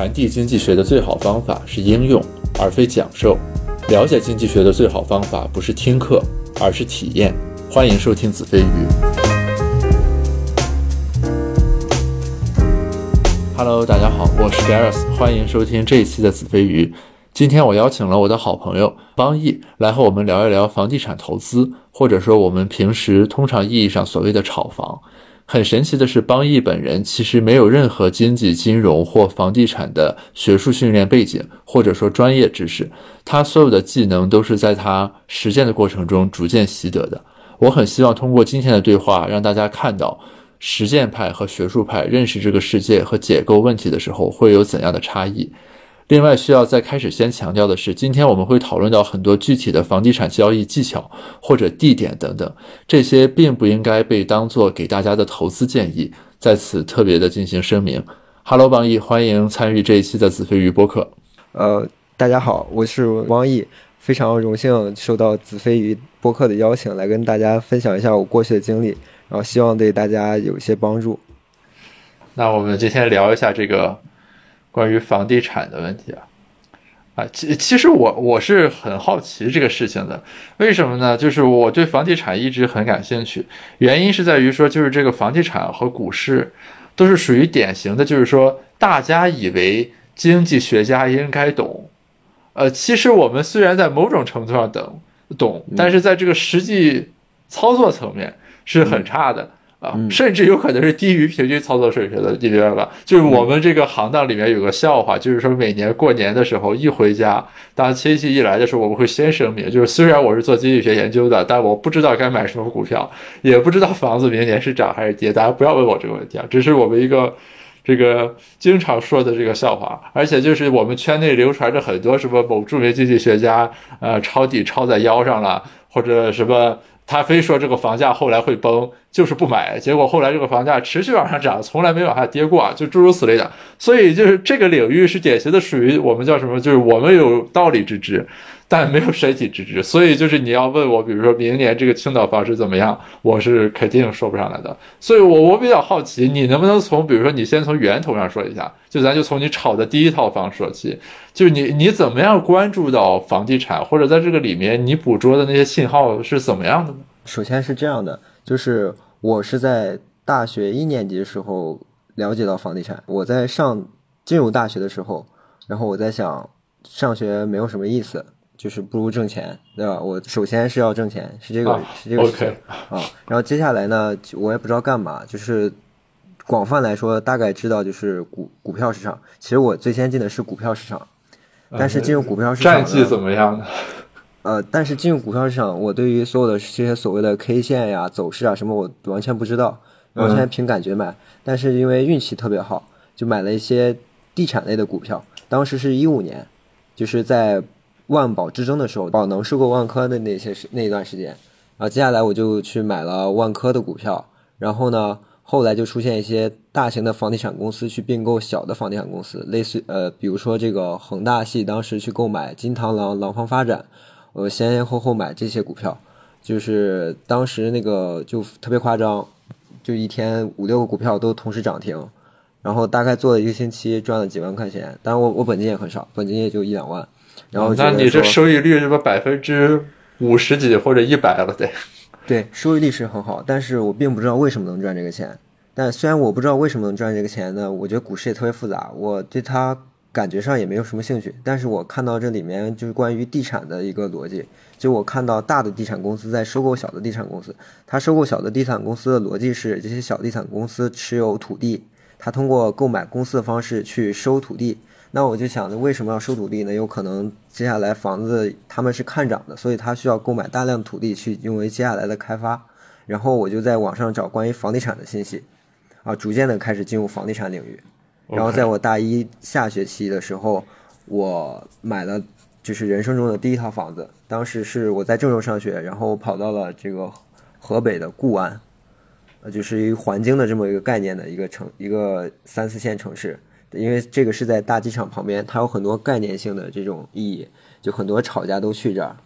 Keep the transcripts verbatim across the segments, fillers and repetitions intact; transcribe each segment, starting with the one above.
传递经济学的最好方法是应用，而非讲授。了解经济学的最好方法不是听课，而是体验。欢迎收听子非鱼。Hello， 大家好，我是 Gareth， 欢迎收听这一期的子非鱼。今天我邀请了我的好朋友邦毅来和我们聊一聊房地产投资，或者说我们平时通常意义上所谓的炒房。很神奇的是，邦毅本人其实没有任何经济、金融或房地产的学术训练背景，或者说专业知识。他所有的技能都是在他实践的过程中逐渐习得的。我很希望通过今天的对话，让大家看到实践派和学术派认识这个世界和解构问题的时候会有怎样的差异。另外需要在开始先强调的是，今天我们会讨论到很多具体的房地产交易技巧或者地点等等，这些并不应该被当作给大家的投资建议，在此特别的进行声明。Hello， 邦毅，欢迎参与这一期的子非鱼播客。 呃，大家好，我是汪毅，非常荣幸受到子非鱼播客的邀请，来跟大家分享一下我过去的经历，然后希望对大家有一些帮助。 那我们今天聊一下这个关于房地产的问题啊，啊，其其实我我是很好奇这个事情的，为什么呢？就是我对房地产一直很感兴趣，原因是在于说，就是这个房地产和股市都是属于典型的，就是说大家以为经济学家应该懂，呃，其实我们虽然在某种程度上懂懂，但是在这个实际操作层面是很差的。啊，甚至有可能是低于平均操作水平的，你明白吧？就是我们这个行当里面有个笑话，就是说每年过年的时候一回家，当亲戚一来的时候，我们会先声明，就是虽然我是做经济学研究的，但我不知道该买什么股票，也不知道房子明年是涨还是跌，大家不要问我这个问题啊，这是我们一个这个经常说的这个笑话，而且就是我们圈内流传着很多什么某著名经济学家呃抄底抄在腰上了，或者什么他非说这个房价后来会崩，就是不买，结果后来这个房价持续往上涨，从来没往下跌过啊，就诸如此类的。所以就是这个领域是典型的属于我们叫什么，就是我们有道理之知，但没有身体之知。所以就是你要问我，比如说明年这个青岛房市怎么样，我是肯定说不上来的。所以我我比较好奇，你能不能从比如说你先从源头上说一下，就咱就从你炒的第一套房说起，就是你你怎么样关注到房地产，或者在这个里面你捕捉的那些信号是怎么样的呢？ 首先是这样的，就是我是在大学一年级的时候了解到房地产。我在上进入大学的时候，然后我在想上学没有什么意思，就是不如挣钱，对吧？我首先是要挣钱，是这个、啊、是这个事情、okay. 啊。然后接下来呢，我也不知道干嘛，就是广泛来说大概知道就是股股票市场。其实我最先进的是股票市场，但是进入股票市场、 呃、战绩怎么样呢？ 呃，但是进入股票市场，我对于所有的这些所谓的 K 线呀、走势啊什么，我完全不知道，完全凭感觉买。嗯、但是因为运气特别好，就买了一些地产类的股票。当时是一五年，就是在万宝之争的时候，宝能收购万科的那些那一段时间。然后接下来我就去买了万科的股票，然后呢，后来就出现一些大型的房地产公司去并购小的房地产公司，类似呃，比如说这个恒大系当时去购买金螳螂、廊坊发展。我先先后后买这些股票，就是当时那个就特别夸张，就一天五六个股票都同时涨停，然后大概做了一个星期赚了几万块钱，当然我我本金也很少，本金也就一两万。然后那你这收益率是不是百分之五十几或者一百了得？ 对，收益率是很好，但是我并不知道为什么能赚这个钱。但虽然我不知道为什么能赚这个钱呢，我觉得股市也特别复杂，我对它感觉上也没有什么兴趣，但是我看到这里面就是关于地产的一个逻辑，就我看到大的地产公司在收购小的地产公司，它收购小的地产公司的逻辑是这些小地产公司持有土地，它通过购买公司的方式去收土地。那我就想着为什么要收土地呢？有可能接下来房子他们是看涨的，所以他需要购买大量土地去用于接下来的开发。然后我就在网上找关于房地产的信息，啊，逐渐的开始进入房地产领域。然后在我大一下学期的时候，我买了就是人生中的第一套房子。当时是我在郑州上学，然后我跑到了这个河北的固安，呃，就是一个环京的这么一个概念的一个城，一个三四线城市。因为这个是在大机场旁边，它有很多概念性的这种意义，就很多炒家都去这儿。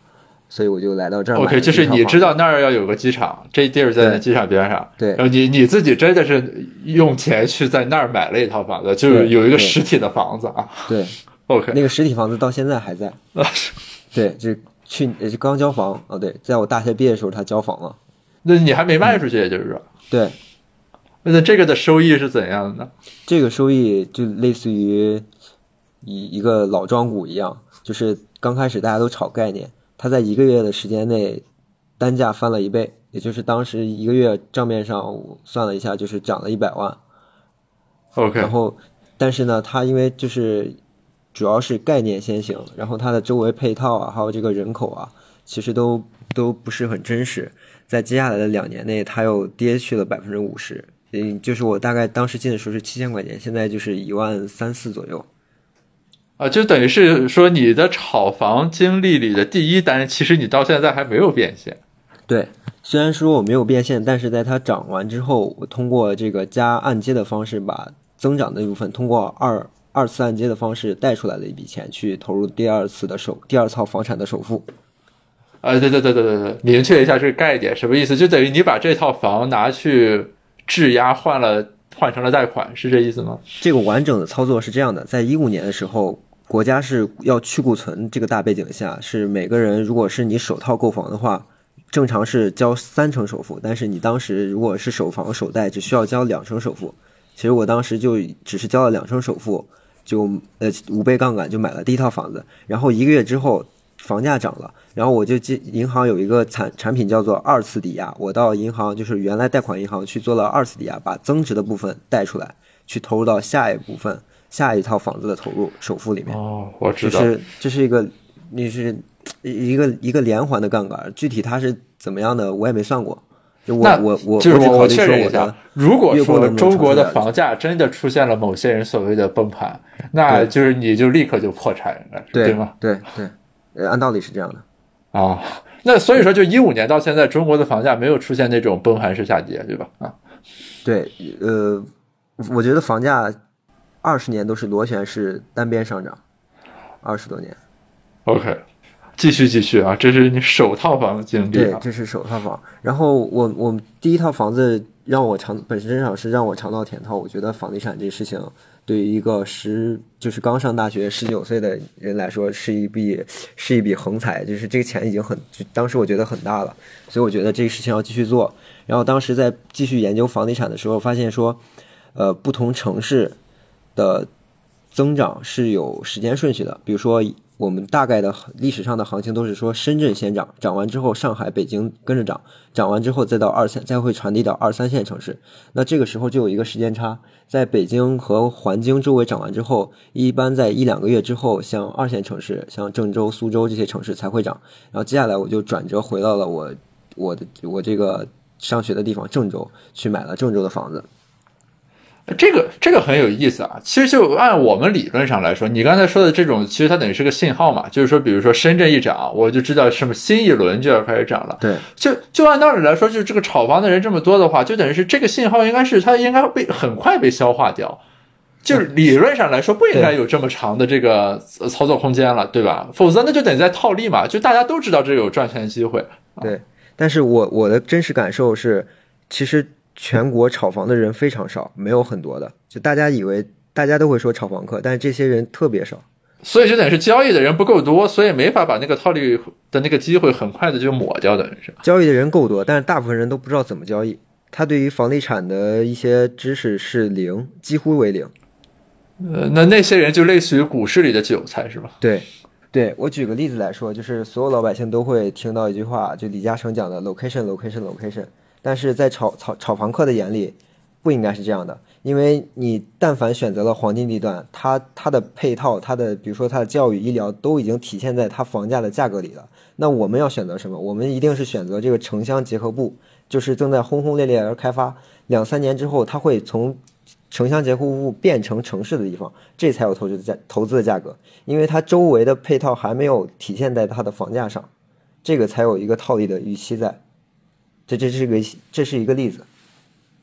所以我就来到这儿买了 OK， 就是你知道那儿要有个机场，这地儿在那机场边上， 对， 然后你你自己真的是用钱去在那儿买了一套房子，就是有一个实体的房子啊。 对 ，OK， 那个实体房子到现在还在。对，就是去就刚交房哦，对，在我大学毕业的时候他交房了。 那你还没卖出去，也就是说， 对。 那这个的收益是怎样的呢？ 这个收益就类似于一一个老庄股一样，就是刚开始大家都炒概念，它在一个月的时间内单价翻了一倍，也就是当时一个月账面上我算了一下，就是涨了一百万。 OK， 然后但是呢，它因为就是主要是概念先行，然后它的周围配套啊，还有这个人口啊，其实都都不是很真实。在接下来的两年内，它又跌去了百分之五十。嗯，就是我大概当时进的时候是七千块钱，现在就是一万三四左右。 啊，就等于是说你的炒房经历里的第一单，其实你到现在还没有变现。 对，虽然说我没有变现，但是在它涨完之后，我通过这个加按揭的方式，把增长的一部分通过二二次按揭的方式贷出来了一笔钱，去投入第二次的首第二套房产的首付。 啊，对对对对对对，明确一下这个概念，什么意思？就等于你把这套房拿去质押换了，换成了贷款，是这意思吗？ 这个完整的操作是这样的，在一五年的时候，国家是要去库存这个大背景下，是每个人如果是你首套购房的话，正常是交三成首付，但是你当时如果是首房首贷，只需要交两成首付。其实我当时就只是交了两成首付，就呃五倍杠杆就买了第一套房子，然后一个月之后房价涨了，然后我就进银行有一个产产品叫做二次抵押，我到银行就是原来贷款银行去做了二次抵押，把增值的部分贷出来，去投入到下一部分下一套房子的投入首付里面。 哦，我知道， 就是这是一个你是一个一个连环的杠杆，具体它是怎么样的我也没算过。就我我我就是我我确认一下，如果说中国的房价真的出现了某些人所谓的崩盘，那就是你就立刻就破产了， 对对吗？ 对对，按道理是这样的啊。那所以说，就一五年到现在，中国的房价没有出现那种崩盘式下跌，对吧？啊， 对，呃，我觉得房价二十年都是螺旋式单边上涨，二十多年。 OK。继续继续啊，这是你首套房的经历啊。 对，这是首套房。然后我我第一套房子让我尝，本身上是让我尝到甜头。我觉得房地产这事情对于一个十就是刚上大学十九岁的人来说是一笔是一笔横财，就是这个钱已经很，就当时我觉得很大了，所以我觉得这个事情要继续做。然后当时在继续研究房地产的时候，发现说，呃，不同城市的增长是有时间顺序的，比如说。我们大概的历史上的行情都是说深圳先涨，涨完之后上海、北京跟着涨，涨完之后再到二三，再会传递到二三线城市。那这个时候就有一个时间差，在北京和环京周围涨完之后，一般在一两个月之后，像二线城市，像郑州、苏州这些城市才会涨。然后接下来我就转折回到了我我的我这个上学的地方郑州，去买了郑州的房子。 这个这个很有意思啊！其实就按我们理论上来说，你刚才说的这种，其实它等于是个信号嘛，就是说，比如说深圳一涨，我就知道什么新一轮就要开始涨了。 对， 就就按道理来说，就是这个炒房的人这么多的话，就等于是这个信号应该是它应该被很快被消化掉，就是理论上来说不应该有这么长的这个操作空间了，对吧？否则那就等于在套利嘛，就大家都知道这有赚钱机会。 对，但是我我的真实感受是，其实。全国炒房的人非常少，没有很多的，就大家以为大家都会说炒房客，但是这些人特别少， 所以就等于是交易的人不够多，所以没法把那个套利的那个机会很快的就抹掉的是吧？ 交易的人够多，但是大部分人都不知道怎么交易，他对于房地产的一些知识是零，几乎为零。 呃，那那些人就类似于股市里的韭菜是吧？ 对，对，我举个例子来说，就是所有老百姓都会听到一句话，就李嘉诚讲的 location location location。但是在炒炒炒房客的眼里，不应该是这样的，因为你但凡选择了黄金地段，它它的配套，它的比如说它的教育、医疗都已经体现在它房价的价格里了。那我们要选择什么？我们一定是选择这个城乡结合部，就是正在轰轰烈烈而开发，两三年之后，它会从城乡结合部变成城市的地方，这才有投资的价投资的价格，因为它周围的配套还没有体现在它的房价上，这个才有一个套利的预期在。这这是个这是一个例子。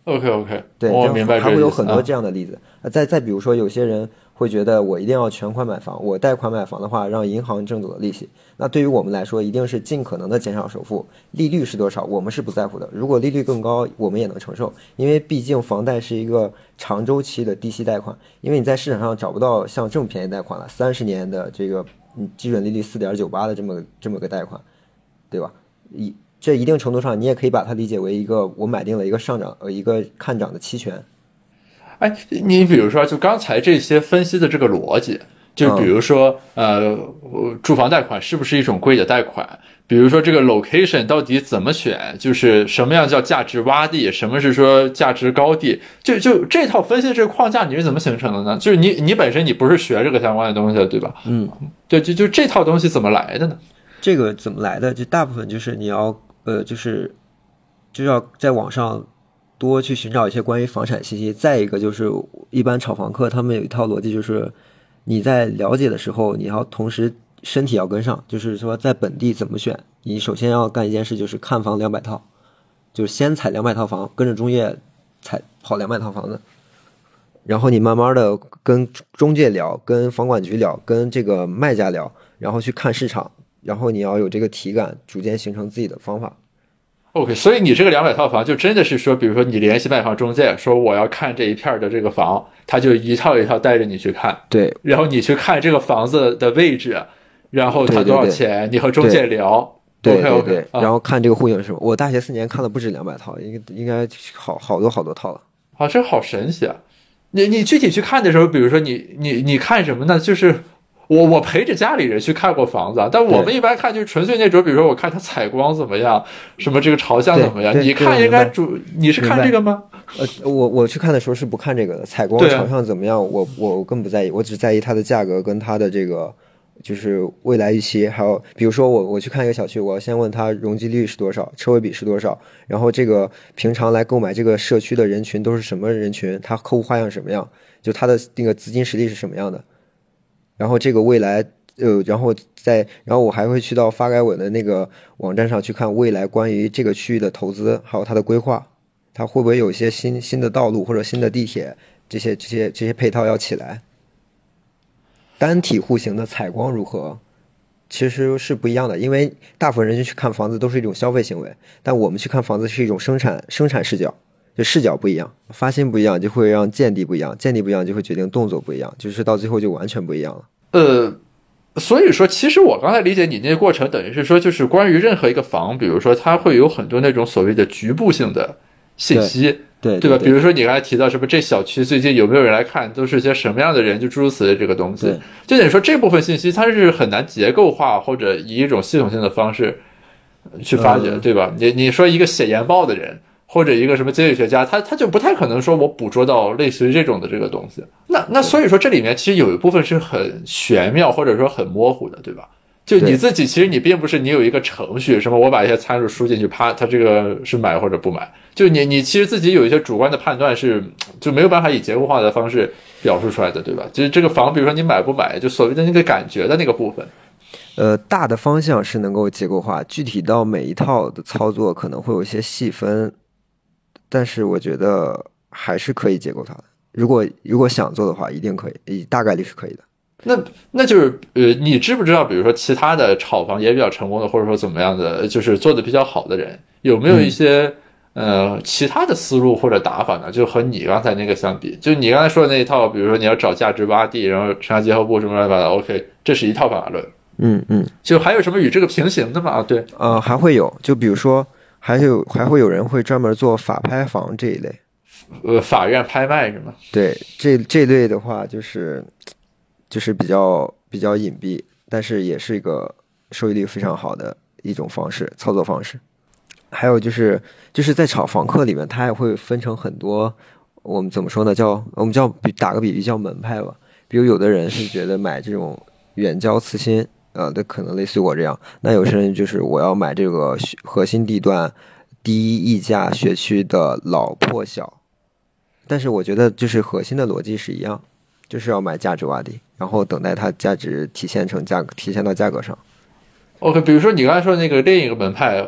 OK OK， 对， 我明白这个意思。 还会有很多这样的例子。啊、再再比如说，有些人会觉得我一定要全款买房，我贷款买房的话，让银行挣走的利息。那对于我们来说，一定是尽可能的减少首付，利率是多少，我们是不在乎的。如果利率更高，我们也能承受，因为毕竟房贷是一个长周期的低息贷款，因为你在市场上找不到像这么便宜贷款了，三十年的这个基准利率四点九八的这么这么个贷款，对吧？一这一定程度上，你也可以把它理解为一个我买定了一个上涨呃一个看涨的期权。 哎，你比如说，就刚才这些分析的这个逻辑，就比如说，嗯、呃，住房贷款是不是一种贵的贷款？比如说这个 location 到底怎么选？就是什么样叫价值洼地，什么是说价值高地？就就这套分析的这个框架你是怎么形成的呢？就是你你本身你不是学这个相关的东西的，对吧？ 嗯， 对，就就这套东西怎么来的呢？ 这个怎么来的？就大部分就是你要呃，就是就要在网上多去寻找一些关于房产信息。再一个就是一般炒房客他们有一套逻辑，就是你在了解的时候，你要同时身体要跟上，就是说在本地怎么选。你首先要干一件事，就是看房两百套，就是先踩两百套房，跟着中介踩跑两百套房子，然后你慢慢的跟中介聊，跟房管局聊，跟这个卖家聊，然后去看市场，然后你要有这个体感，逐渐形成自己的方法。 OK， 所以你这个两百套房就真的是说，比如说你联系卖房中介，说我要看这一片的这个房，他就一套一套带着你去看， 对， 然后你去看这个房子的位置，然后它多少钱， 对对对， 你和中介聊， 对对 OK， 对， 啊， 然后看这个户型是什么。我大学四年看了不止两百套，应该应该好好多好多套了。 啊，这好神奇啊！你你具体去看的时候，比如说你你你看什么呢？就是我我陪着家里人去看过房子，但我们一般看就是纯粹那种，比如说我看它采光怎么样，什么这个朝向怎么样。你看应该主你是看这个吗？ 呃，我我去看的时候是不看这个的，采光朝向怎么样，我我我更不在意，我只在意它的价格跟它的这个就是未来预期，还有比如说我我去看一个小区，我要先问他容积率是多少，车位比是多少，然后这个平常来购买这个社区的人群都是什么人群，他客户画像什么样，就他的那个资金实力是什么样的，然后这个未来呃，然后再然后我还会去到发改委的那个网站上去看未来关于这个区域的投资，还有它的规划，它会不会有一些新新的道路或者新的地铁，这些这些这些配套要起来。单体户型的采光如何其实是不一样的，因为大部分人去看房子都是一种消费行为，但我们去看房子是一种生产生产视角，就视角不一样，发心不一样，就会让见地不一样，见地不一样就会决定动作不一样，就是到最后就完全不一样了。 呃，所以说，其实我刚才理解你那个过程，等于是说，就是关于任何一个房，比如说它会有很多那种所谓的局部性的信息。 对 对, 对吧？比如说你刚才提到什么，这小区最近有没有人来看，都是些什么样的人，就诸如此类这个东西。就等于说这部分信息它是很难结构化或者以一种系统性的方式去发掘，嗯、对吧？你你说一个写研报的人或者一个什么经济学家，他他就不太可能说我捕捉到类似于这种的这个东西。那那所以说这里面其实有一部分是很玄妙或者说很模糊的，对吧？就你自己其实你并不是你有一个程序什么我把一些参数输进去，啪，它这个是买或者不买。就你你其实自己有一些主观的判断是就没有办法以结构化的方式表述出来的，对吧？就是这个房比如说你买不买，就所谓的那个感觉的那个部分， 呃，大的方向是能够结构化，具体到每一套的操作可能会有一些细分，但是我觉得还是可以结构它的。如果如果想做的话，一定可以，大概率是可以的。 那那就是呃，你知不知道，比如说其他的炒房也比较成功的，或者说怎么样的，就是做的比较好的人，有没有一些、嗯、呃其他的思路或者打法呢？就和你刚才那个相比，就你刚才说的那一套，比如说你要找价值洼地，然后城乡结合部什么乱七八糟 ，OK， 这是一套方法论。 嗯嗯， 就还有什么与这个平行的吗？啊，对， 呃，还会有，就比如说，还有还会有人会专门做法拍房这一类， 呃，法院拍卖是吗？ 对，这这类的话就是就是比较比较隐蔽，但是也是一个收益率非常好的一种方式操作方式。还有就是就是在炒房客里面，它也会分成很多，我们怎么说呢？叫我们叫打个比喻叫门派吧。比如有的人是觉得买这种远郊次新。呃，这可能类似于我这样。那有些人就是我要买这个核心地段、低溢价学区的老破小，但是我觉得就是核心的逻辑是一样，就是要买价值洼地，然后等待它价值体现成价格，体现到价格上。 OK， 比如说你刚才说那个另一个门派，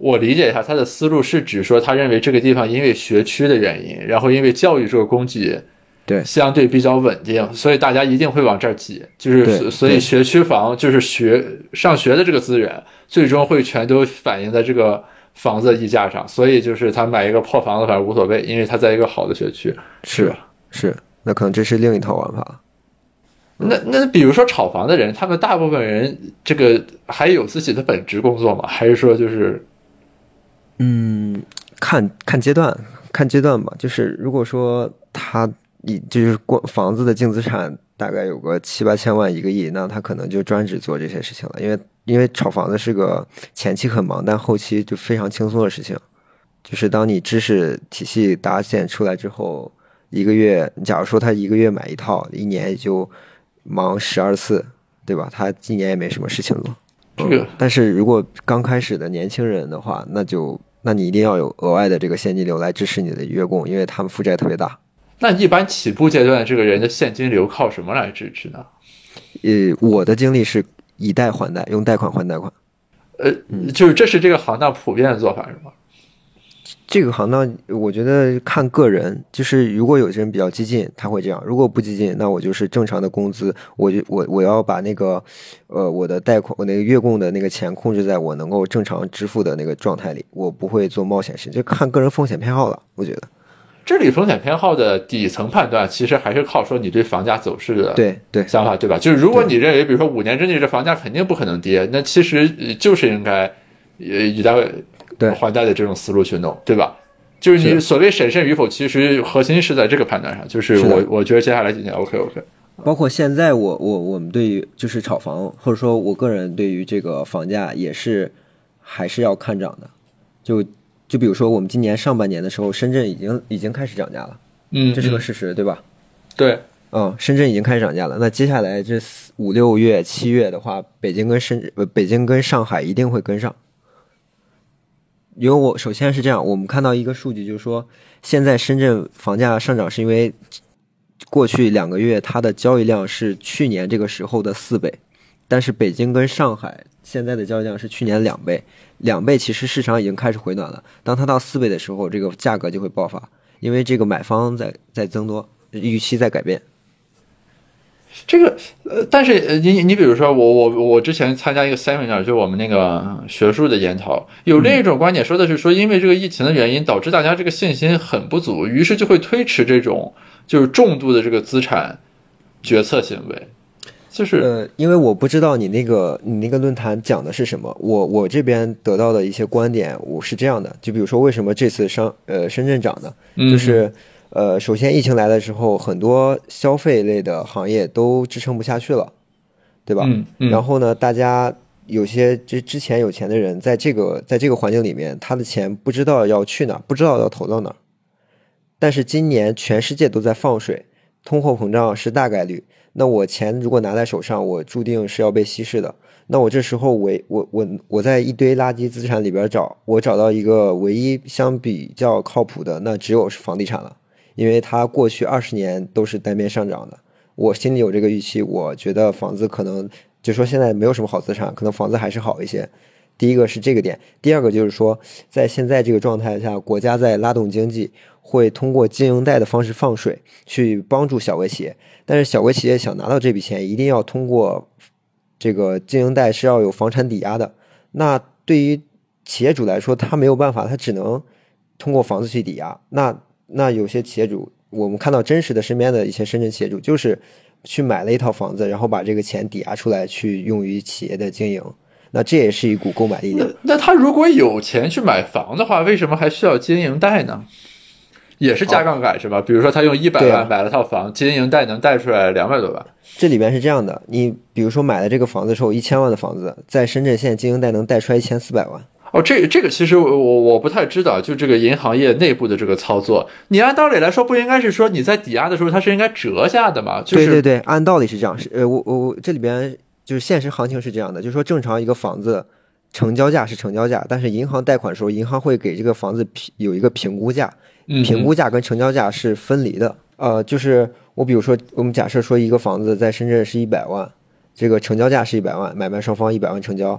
我理解一下他的思路是指说，他认为这个地方因为学区的原因，然后因为教育这个供给对相对比较稳定，所以大家一定会往这儿挤，就是所以学区房就是学上学的这个资源，最终会全都反映在这个房子的溢价上，所以就是他买一个破房子反正无所谓，因为他在一个好的学区， 是吧？是，那可能这是另一套玩法。 那那比如说炒房的人，他们大部分人这个还有自己的本职工作吗？还是说就是？ 嗯，看看阶段，看阶段吧。就是如果说他以就是光房子的净资产大概有个七八千万一个亿，那他可能就专职做这些事情了。因为因为炒房子是个前期很忙，但后期就非常轻松的事情。就是当你知识体系搭建出来之后，一个月，假如说他一个月买一套，一年也就忙十二次，对吧？他今年也没什么事情做。 这个、嗯， 但是如果刚开始的年轻人的话，那就那你一定要有额外的这个现金流来支持你的月供，因为他们负债特别大。 那一般起步阶段这个人的现金流靠什么来支持呢？ 呃，我的经历是以贷还贷，用贷款还贷款。 呃，就是这是这个行当普遍的做法是吗？ 这个行当我觉得看个人，就是如果有些人比较激进，他会这样；如果不激进，那我就是正常的工资，我就我我要把那个呃我的贷款我那个月供的那个钱控制在我能够正常支付的那个状态里，我不会做冒险事，就看个人风险偏好了。我觉得这里风险偏好的底层判断，其实还是靠说你对房价走势的对对想法，对吧？就是如果你认为，比如说五年之内这房价肯定不可能跌，那其实就是应该呃以贷还贷的这种思路去弄，对吧？就是你所谓审慎与否，其实核心是在这个判断上。就是我是我觉得接下来几年 OK OK。 包括现在我我我们对于就是炒房，或者说我个人对于这个房价也是还是要看涨的。就就比如说我们今年上半年的时候，深圳已经已经开始涨价了， 嗯， 这是个事实，对吧？ 对， 嗯，深圳已经开始涨价了。那接下来这五六月、七月的话，北京跟深呃北京跟上海一定会跟上。因为我首先是这样，我们看到一个数据，就是说现在深圳房价上涨是因为过去两个月它的交易量是去年这个时候的四倍，但是北京跟上海现在的交易量是去年两倍，两倍其实市场已经开始回暖了。当它到四倍的时候，这个价格就会爆发，因为这个买方在在增多，预期在改变。 这个呃，但是你你比如说我我我之前参加一个 seminar， 就是我们那个学术的研讨，有另一种观点说的是说，因为这个疫情的原因，导致大家这个信心很不足，于是就会推迟这种就是重度的这个资产决策行为。就是呃，因为我不知道你那个你那个论坛讲的是什么，我我这边得到的一些观点，我是这样的，就比如说为什么这次上呃深圳涨呢？就是。嗯呃，首先疫情来的时候，很多消费类的行业都支撑不下去了，对吧？ 嗯嗯、 然后呢，大家有些之之前有钱的人，在这个在这个环境里面，他的钱不知道要去哪儿，不知道要投到哪儿。但是今年全世界都在放水，通货膨胀是大概率。那我钱如果拿在手上，我注定是要被稀释的。那我这时候我我我我在一堆垃圾资产里边找，我找到一个唯一相比较靠谱的，那只有是房地产了。因为它过去二十年都是单边上涨的，我心里有这个预期，我觉得房子可能就说现在没有什么好资产，可能房子还是好一些。第一个是这个点，第二个就是说，在现在这个状态下，国家在拉动经济，会通过经营贷的方式放水，去帮助小微企业。但是小微企业想拿到这笔钱，一定要通过这个经营贷是要有房产抵押的。那对于企业主来说，他没有办法，他只能通过房子去抵押。那那有些企业主，我们看到真实的身边的一些深圳企业主，就是去买了一套房子，然后把这个钱抵押出来，去用于企业的经营。那这也是一股购买力量。 那, 那他如果有钱去买房的话，为什么还需要经营贷呢？也是加杠杆是吧？比如说他用一百万买了套房，啊、经营贷能贷出来两百多万。 这里边是这样的，你比如说买了这个房子的时候，一千万的房子，在深圳现在经营贷能贷出来一千四百万。 哦，这这个其实我我不太知道，就这个银行业内部的这个操作，你按道理来说不应该是说你在抵押的时候它是应该折下的吗？就是、 对对对，按道理是这样。是呃，我我这里边就是现实行情是这样的，就是说正常一个房子成交价是成交价，但是银行贷款的时候，银行会给这个房子有一个评估价，评估价跟成交价是分离的。呃，就是我比如说我们假设说一个房子在深圳是一百万，这个成交价是一百万，买卖双方一百万成交。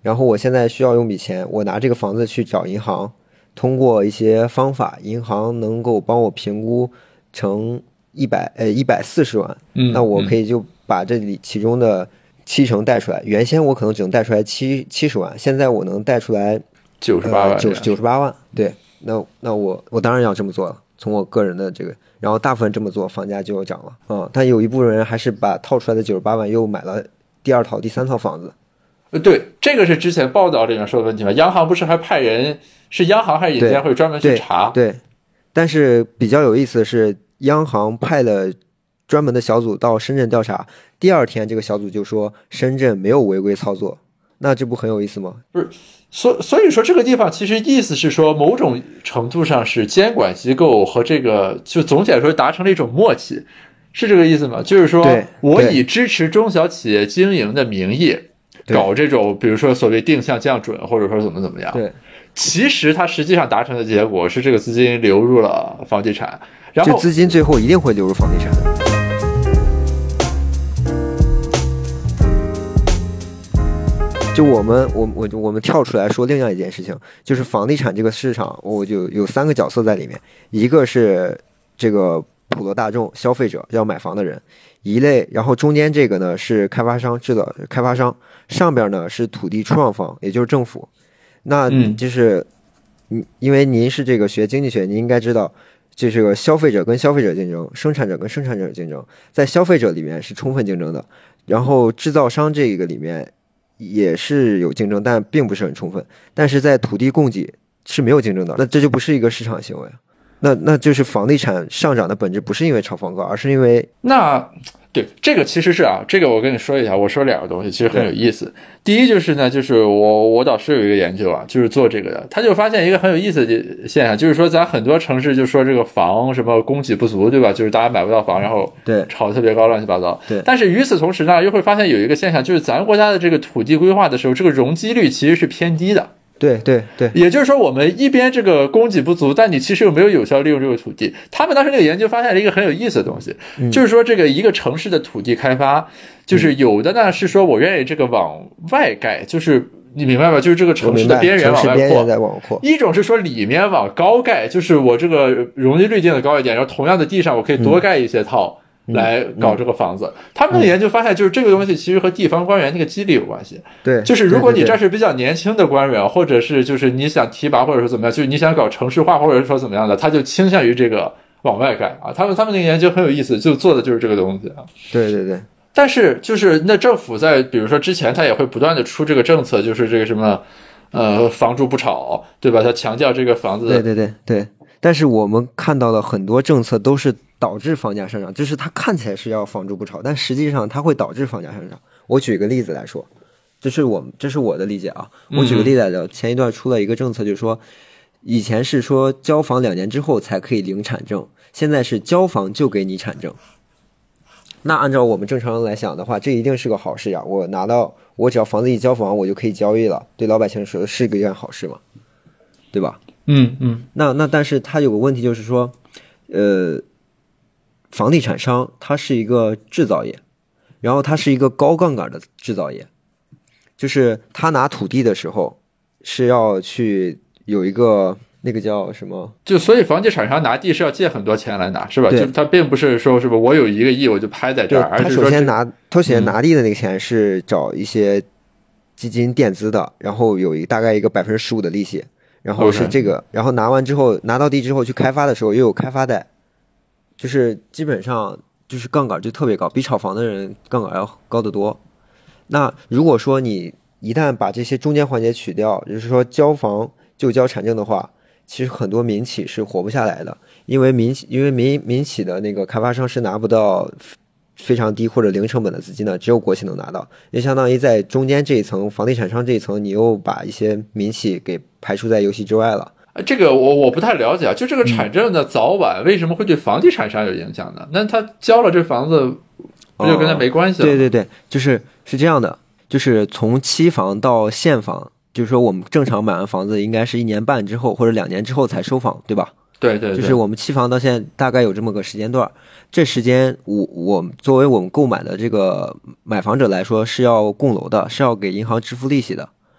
然后我现在需要用笔钱，我拿这个房子去找银行，通过一些方法，银行能够帮我评估成一百呃一百四十万， 嗯， 那我可以就把这里其中的七成贷出来。原先我可能只能贷出来七七十万，现在我能贷出来九十八万， 九九十八万。对，那那我我当然要这么做了。从我个人的这个，然后大部分这么做，房价就涨了啊、嗯。但有一部分人还是把套出来的九十八万又买了第二套、第三套房子。 呃，对，这个是之前报道里面说的问题嘛？央行不是还派人，是央行还是银监会专门去查？ 对，对，但是比较有意思的是，央行派了专门的小组到深圳调查，第二天这个小组就说深圳没有违规操作，那这不很有意思吗？ 不是，所所以说这个地方其实意思是说，某种程度上是监管机构和这个就总体来说达成了一种默契，是这个意思吗？就是说我以支持中小企业经营的名义搞这种，比如说所谓定向降准，或者说怎么怎么样。 对， 其实它实际上达成的结果是这个资金流入了房地产，然后这资金最后一定会流入房地产的。就我们我我我们跳出来说另外一件事情，就是房地产这个市场，我就有三个角色在里面，一个是这个普罗大众消费者要买房的人一类，然后中间这个呢是开发商制造开发商，上边呢是土地出让方，也就是政府。那就是嗯，因为您是这个学经济学，您应该知道，这是个消费者跟消费者竞争，生产者跟生产者竞争，在消费者里面是充分竞争的，然后制造商这个里面也是有竞争，但并不是很充分。但是在土地供给是没有竞争的，那这就不是一个市场行为。那那就是房地产上涨的本质不是因为炒房高，而是因为那对这个其实是啊，这个我跟你说一下，我说两个东西其实很有意思。第一就是呢，就是我我导师有一个研究啊，就是做这个的，他就发现一个很有意思的现象，就是说咱很多城市就说这个房什么供给不足，对吧？就是大家买不到房，然后炒特别高，乱七八糟。 对。 但是与此同时呢，又会发现有一个现象，就是咱国家的这个土地规划的时候，这个容积率其实是偏低的。 对对对， 也就是说我们一边这个供给不足，但你其实又没有有效利用这个土地。他们当时那个研究发现了一个很有意思的东西， 嗯、 就是说这个一个城市的土地开发，就是有的呢是说我愿意这个往外盖，就是你明白吧？就是这个城市的边缘往外扩。一种是说里面往高盖，就是我这个容积率定的高一点，然后同样的地上我可以多盖一些套。嗯来搞这个房子、嗯嗯、他们的研究发现就是这个东西其实和地方官员那个激励有关系。 对， 就是如果你这是比较年轻的官员，或者是就是你想提拔或者说怎么样，就是你想搞城市化或者说怎么样的，他就倾向于这个往外盖啊。他们他们那个研究很有意思，就做的就是这个东西啊。 对对对。 但是就是那政府在比如说之前他也会不断的出这个政策，就是这个什么呃房住不炒，对吧？他强调这个房子。 对对对对。但是我们看到了很多政策都是导致房价上涨，就是它看起来是要房住不炒，但实际上它会导致房价上涨。我举个例子来说，这是我这是我的理解啊。我举个例子来说，前一段出了一个政策，就是说以前是说交房两年之后才可以领产证，现在是交房就给你产证。那按照我们正常人来想的话，这一定是个好事呀！我拿到我只要房子一交房，我就可以交易了，对老百姓说是个一件好事嘛，对吧？ 嗯嗯， 那那但是它有个问题，就是说，呃，房地产商它是一个制造业，然后它是一个高杠杆的制造业，就是他拿土地的时候是要去有一个那个叫什么？ 就所以房地产商拿地是要借很多钱来拿，是吧？就他并不是说是吧，我有一个亿我就拍在这儿，而是说他首先拿他首先拿地的那个钱是找一些基金垫资的，然后有一大概一个百分之十五的利息。然后是这个， okay. 然后拿完之后，拿到地之后去开发的时候又有开发贷，就是基本上就是杠杆就特别高，比炒房的人杠杆要高得多。那如果说你一旦把这些中间环节取掉，就是说交房就交产证的话，其实很多民企是活不下来的，因为民因为民民企的那个开发商是拿不到非常低或者零成本的资金的，只有国企能拿到，也相当于在中间这一层房地产商这一层，你又把一些民企给排除在游戏之外了。 这个我我不太了解啊，就这个产证的早晚为什么会对房地产商有影响呢？那他交了这房子不就跟他没关系了、 哦？对对对，就是是这样的，就是从期房到现房，就是说我们正常买完房子应该是一年半之后或者两年之后才收房，对吧？ 对对对， 就是我们期房到现在大概有这么个时间段，这时间我我作为我们购买的这个买房者来说是要供楼的，是要给银行支付利息的，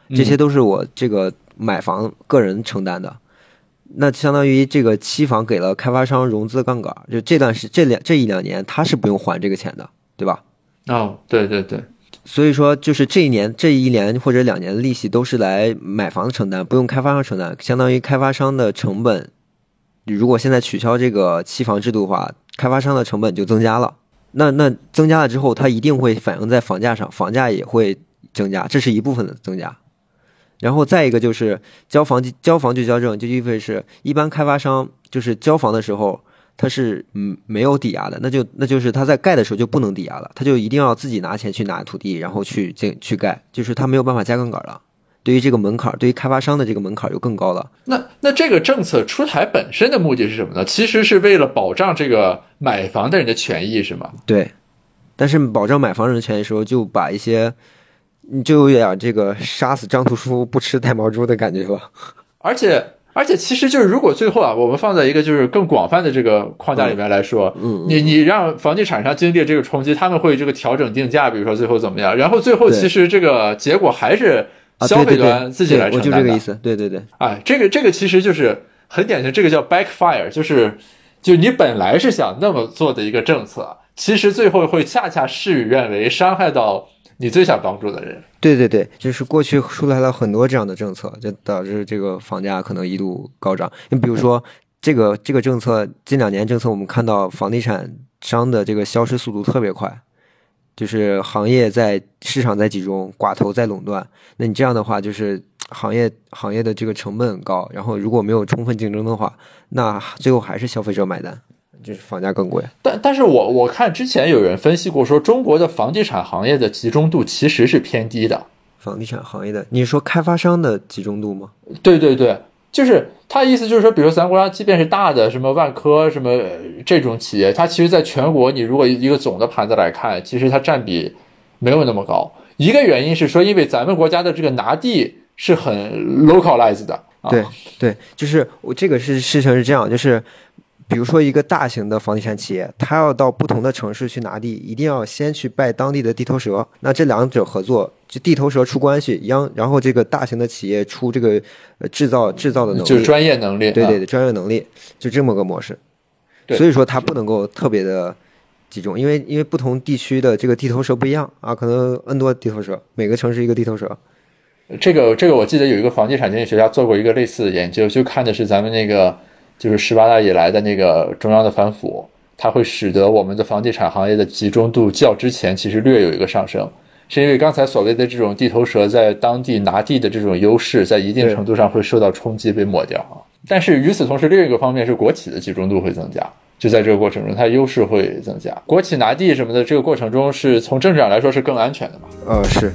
这些都是我这个买房个人承担的。那相当于这个期房给了开发商融资杠杆，就这段是这两这一两年他是不用还这个钱的，对吧？ 哦，对对对。 所以说，就是这一年、这一年或者两年的利息都是来买房承担，不用开发商承担。相当于开发商的成本，如果现在取消这个期房制度的话，开发商的成本就增加了。那那增加了之后，它一定会反映在房价上，房价也会增加，这是一部分的增加。然后再一个就是交房交房就交证，就意味着是一般开发商就是交房的时候。他是嗯没有抵押的，那就那就是他在盖的时候就不能抵押了，他就一定要自己拿钱去拿土地，然后去进去盖，就是他没有办法加杠杆了。对于这个门槛，对于开发商的这个门槛就更高了。 那那这个政策出台本身的目的是什么呢？其实是为了保障这个买房的人的权益，是吗？ 对，但是保障买房人的权益的时候，就把一些你就有点这个杀死张图书不吃带毛猪的感觉吧。 而且。而且其实就是如果最后啊，我们放在一个就是更广泛的这个框架里面来说， 嗯， 你你让房地产商经历这个冲击，他们会这个调整定价，比如说最后怎么样，然后最后其实这个结果还是消费端自己来承担的。 我就这个意思，对对对。 哎，这个这个其实就是很典型，这个叫 backfire， 就是就你本来是想那么做的一个政策，其实最后会恰恰事与愿违，伤害到你最想帮助的人。 对对对，就是过去出来了很多这样的政策，就导致这个房价可能一度高涨。你比如说这个这个政策，近两年政策我们看到房地产商的这个消失速度特别快，就是行业在市场在集中，寡头在垄断。那你这样的话，就是行业行业的这个成本很高，然后如果没有充分竞争的话，那最后还是消费者买单。就是房价更贵， 但但是我我看之前有人分析过，说中国的房地产行业的集中度其实是偏低的。 房地产行业的，你说开发商的集中度吗？ 对对对，就是他意思就是说，比如咱国家即便是大的什么万科什么这种企业，它其实在全国你如果一个总的盘子来看，其实它占比没有那么高。一个原因是说，因为咱们国家的这个拿地是很 localized 的。啊、 对对，就是我这个是事情是这样，就是。比如说一个大型的房地产企业，它要到不同的城市去拿地，一定要先去拜当地的地头蛇。那这两者合作，就地头蛇出关系，然后这个大型的企业出这个呃制造制造的能力， 就是专业能力。 对对对，专业能力，就这么个模式。所以说它不能够特别的集中，因为因为不同地区的这个地头蛇不一样啊，可能 N 多地头蛇，每个城市一个地头蛇。 这个这个我记得有一个房地产经济学家做过一个类似的研究，就看的是咱们那个。就是十八大以来的那个中央的反腐，它会使得我们的房地产行业的集中度较之前其实略有一个上升，是因为刚才所谓的这种地头蛇在当地拿地的这种优势，在一定程度上会受到冲击被抹掉啊。但是与此同时，另一个方面是国企的集中度会增加，就在这个过程中，它优势会增加。国企拿地什么的，这个过程中是从政治上来说是更安全的嘛？ 呃，是。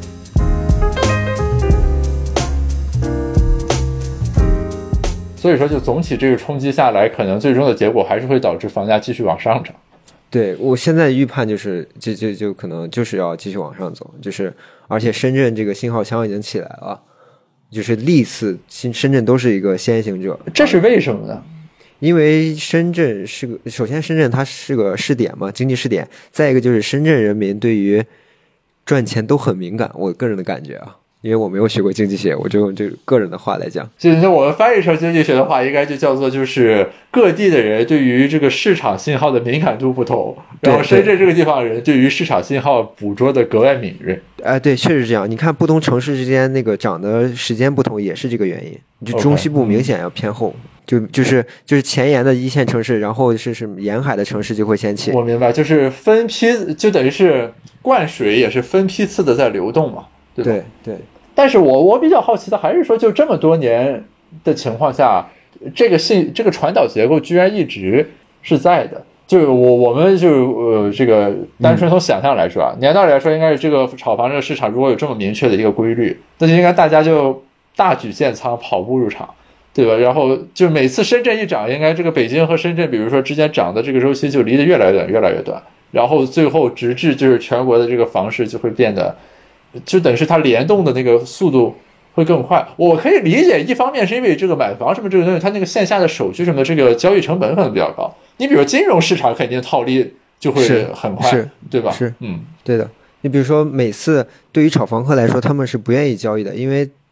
所以说，就总体这个冲击下来，可能最终的结果还是会导致房价继续往上涨。 对，我现在预判就是，就就就可能就是要继续往上走，就是而且深圳这个信号枪已经起来了，就是历次新深圳都是一个先行者。 这是为什么呢？ 因为深圳是个，首先深圳它是个试点嘛，经济试点，再一个就是深圳人民对于赚钱都很敏感，我个人的感觉啊。因为我没有学过经济学，我就用这个个人的话来讲， 就是我们翻译成经济学的话，应该就叫做就是各地的人对于这个市场信号的敏感度不同，然后深圳这个地方人对于市场信号捕捉的格外敏锐。 哎、呃，对，确实是这样。你看不同城市之间那个涨的时间不同，也是这个原因。就中西部明显要偏后， okay, 就就是就是前沿的一线城市，然后是是沿海的城市就会先起。 我明白，就是分批，就等于是灌水也是分批次的在流动嘛，对吧？ 对对。 但是我我比较好奇的还是说，就这么多年的情况下，这个信这个传导结构居然一直是在的。就是我我们就呃这个单纯从想象来说啊，你按道理来说，应该是这个炒房这个市场如果有这么明确的一个规律，那就应该大家就大举建仓，跑步入场，对吧？然后就每次深圳一涨，应该这个北京和深圳，比如说之间涨的这个周期就离得越来越短，越来越短，然后最后直至就是全国的这个房市就会变得。就等于是它联动的那个速度会更快。我可以理解，一方面是因为这个买房什么这个东西，它那个线下的手续什么的，这个交易成本可能比较高。你比如金融市场肯定套利就会很快， 是对吧？ 是， 嗯， 对的。你比如说，每次对于炒房客来说，他们是不愿意交易的，因为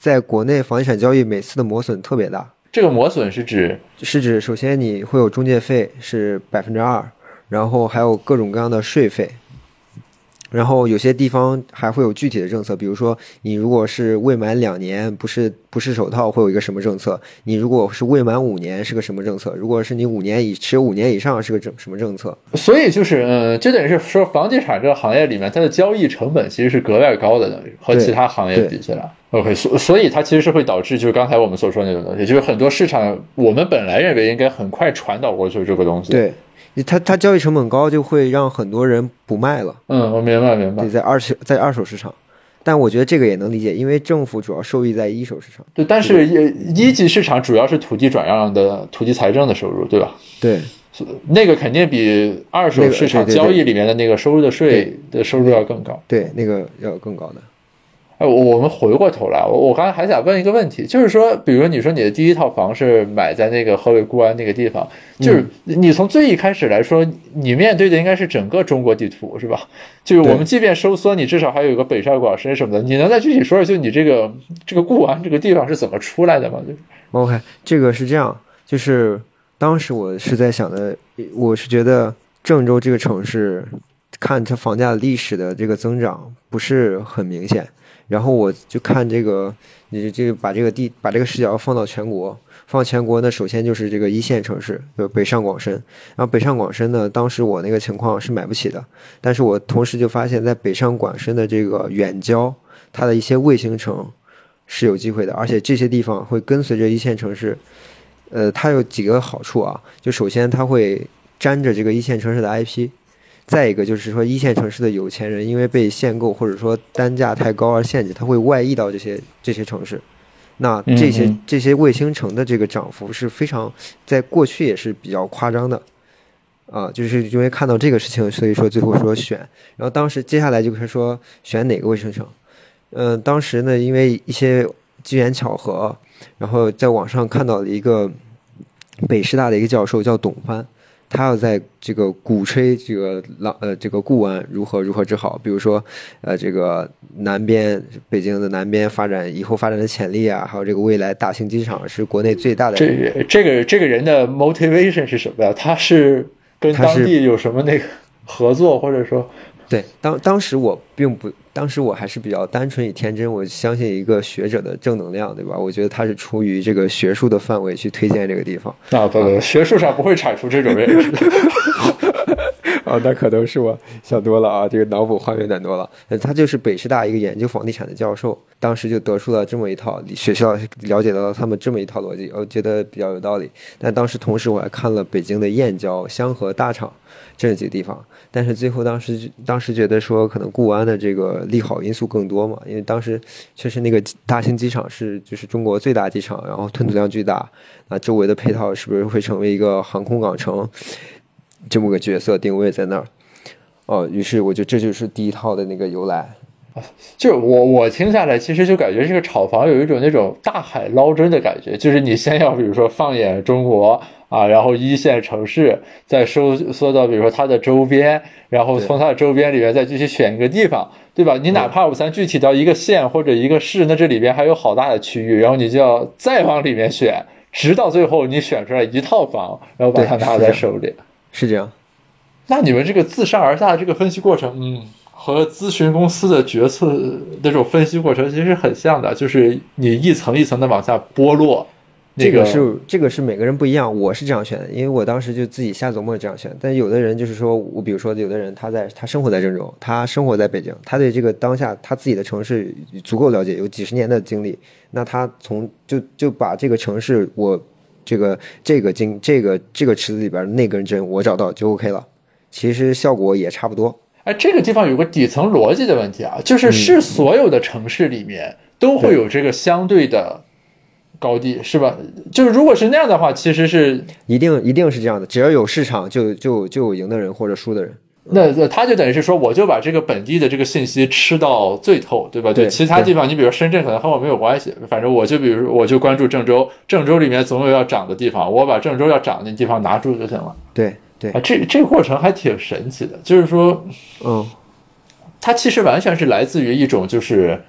在国内房地产交易每次的磨损特别大。 这个磨损是指是指首先你会有中介费是百分之二，然后还有各种各样的税费，然后有些地方还会有具体的政策，比如说你如果是未满两年不是不是首套会有一个什么政策，你如果是未满五年是个什么政策，如果是你五年以持有五年以上是个什么政策。 所以就是呃，就等于是说房地产这个行业里面它的交易成本其实是格外高的，等于和其他行业比起来。OK， 所所以它其实是会导致就是刚才我们所说的那种东西，就是很多市场我们本来认为应该很快传导过去这个东西。 对，它它交易成本高，就会让很多人不卖了。 嗯，我明白明白。 对，在二手在二手市场，但我觉得这个也能理解，因为政府主要受益在一手市场。 对，但是一级市场主要是土地转让的土地财政的收入，对吧？ 对， 那个肯定比二手市场交易里面的那个收入的税的收入要更高。 对，那个要更高的。 哎，我们回过头来，我我刚才还想问一个问题，就是说，比如说你说你的第一套房是买在那个河北固安那个地方，就是你从最一开始来说，你面对的应该是整个中国地图，是吧？就是我们即便收缩，你至少还有一个北上广深什么的，你能再具体说说，就你这个这个固安这个地方是怎么出来的吗？就是 OK， 这个是这样，就是当时我是在想的，我是觉得郑州这个城市，看它房价历史的这个增长不是很明显。然后我就看这个，你就把这个地把这个视角放到全国，放到全国呢，首先就是这个一线城市，就北上广深。然后北上广深呢，当时我那个情况是买不起的，但是我同时就发现，在北上广深的这个远郊，它的一些卫星城是有机会的，而且这些地方会跟随着一线城市，呃，它有几个好处啊，就首先它会沾着这个一线城市的 I P。再一个就是说，一线城市的有钱人因为被限购或者说单价太高而限制，他会外溢到这些这些城市。那这些这些卫星城的这个涨幅是非常，在过去也是比较夸张的，啊、呃，就是因为看到这个事情，所以说最后说选。然后当时接下来就是说选哪个卫星城，嗯、呃，当时呢因为一些机缘巧合，然后在网上看到了一个北师大的一个教授叫董帆。他要在这个鼓吹这个浪呃这个固安如何如何之好，比如说呃这个南边北京的南边发展以后发展的潜力啊，还有这个未来大型机场是国内最大的。 这这个这个人的 motivation 是什么呀？他是跟当地有什么那个合作，或者说？ 对，当当时我并不，当时我还是比较单纯与天真，我相信一个学者的正能量，对吧？我觉得他是出于这个学术的范围去推荐这个地方。 啊，不不，学术上不会产出这种认识。 哦，那可能是我想多了啊，这个脑补画面感多了。他就是北师大一个研究房地产的教授，当时就得出了这么一套，学校了解到了他们这么一套逻辑，我觉得比较有道理。但当时同时我还看了北京的燕郊、香河、大厂这几个地方，但是最后当时当时觉得说可能固安的这个利好因素更多嘛，因为当时确实那个大型机场是就是中国最大机场，然后吞吐量巨大，那周围的配套是不是会成为一个航空港城？这么个角色定位在那儿，哦，于是我觉得这就是第一套的那个由来。 就我我听下来，其实就感觉这个炒房有一种那种大海捞针的感觉，就是你先要比如说放眼中国啊，然后一线城市，再收缩到比如说它的周边，然后从它的周边里面再继续选一个地方，对吧？你哪怕我咱具体到一个县或者一个市，那这里边还有好大的区域，然后你就要再往里面选，直到最后你选出来一套房，然后把它拿在手里。 是这样， 那你们这个自上而下的这个分析过程，嗯，和咨询公司的决策的这种分析过程其实很像的，就是你一层一层的往下剥落。那个、 这个是这个是每个人不一样，我是这样选的，因为我当时就自己瞎琢磨这样选。但有的人就是说，我比如说有的人他在他生活在郑州，他生活在北京，他对这个当下他自己的城市足够了解，有几十年的经历，那他从就就把这个城市我。这个这个经这个这个池子里边那根针我找到就 OK 了，其实效果也差不多。 哎，这个地方有个底层逻辑的问题啊，就是是所有的城市里面都会有这个相对的高低，是吧？就是如果是那样的话，其实是一定一定是这样的，只要有市场就就就有赢的人或者输的人。 那他就等于是说，我就把这个本地的这个信息吃到最透，对吧？ 对， 其他地方，你比如深圳可能和我没有关系，反正我就比如我就关注郑州，郑州里面总有要涨的地方，我把郑州要涨的地方拿住就行了。 对对， 啊，这这个过程还挺神奇的，就是说， 嗯， 它其实完全是来自于一种就是，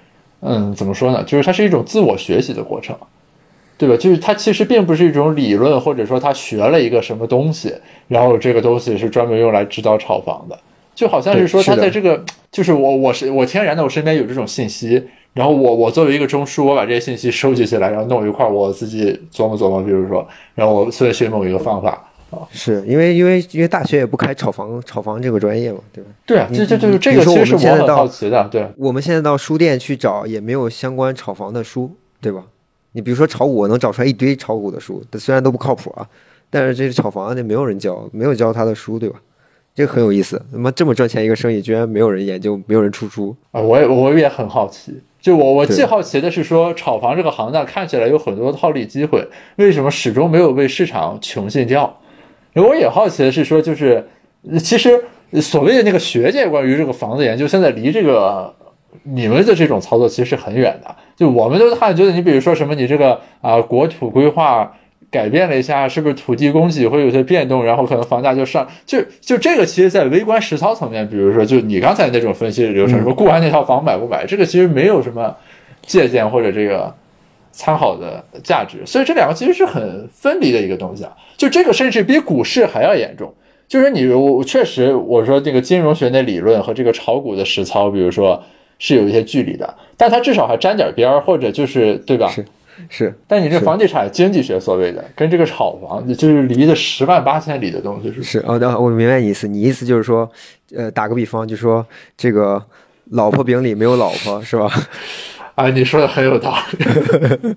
嗯，怎么说呢？就是它是一种自我学习的过程，对吧？就是它其实并不是一种理论，或者说他学了一个什么东西，然后这个东西是专门用来指导炒房的，就好像是说他在这个，就是我我是我天然的我身边有这种信息，然后我我作为一个中枢，我把这些信息收集起来，然后弄一块，我自己琢磨琢磨，比如说，然后我随学某一个方法。 是因为因为因为大学也不开炒房炒房这个专业嘛，对吧？ 对啊，这这这这个其实是我很好奇的。对， 我们现在到书店去找也没有相关炒房的书，对吧？你比如说炒股，我能找出来一堆炒股的书，虽然都不靠谱啊，但是这是炒房的没有人教，没有教他的书，对吧？这个很有意思。他妈这么赚钱一个生意，居然没有人研究，没有人出书啊！我也我也很好奇。就我我既好奇的是说，炒房这个行当看起来有很多套利机会，为什么始终没有被市场穷尽掉？我也好奇的是说，就是其实所谓的那个学界关于这个房子研究，现在离这个你们的这种操作其实是很远的。就我们都看觉得，你比如说什么，你这个啊、呃、国土规划改变了一下，是不是土地供给会有些变动，然后可能房价就上，就就这个其实在微观实操层面，比如说就你刚才那种分析流程，说顾完那套房买不买，这个其实没有什么借鉴或者这个参考的价值，所以这两个其实是很分离的一个东西啊。就这个甚至比股市还要严重，就是你我确实我说这个金融学的理论和这个炒股的实操，比如说是有一些距离的，但它至少还沾点边儿，或者就是对吧？ 是是。 但你这房地产经济学所谓的跟这个炒房就是离的十万八千里的东西是是哦，我明白你意思，你意思就是说，呃，打个比方，就说这个老婆饼里没有老婆是吧？ 啊，你说的很有道理。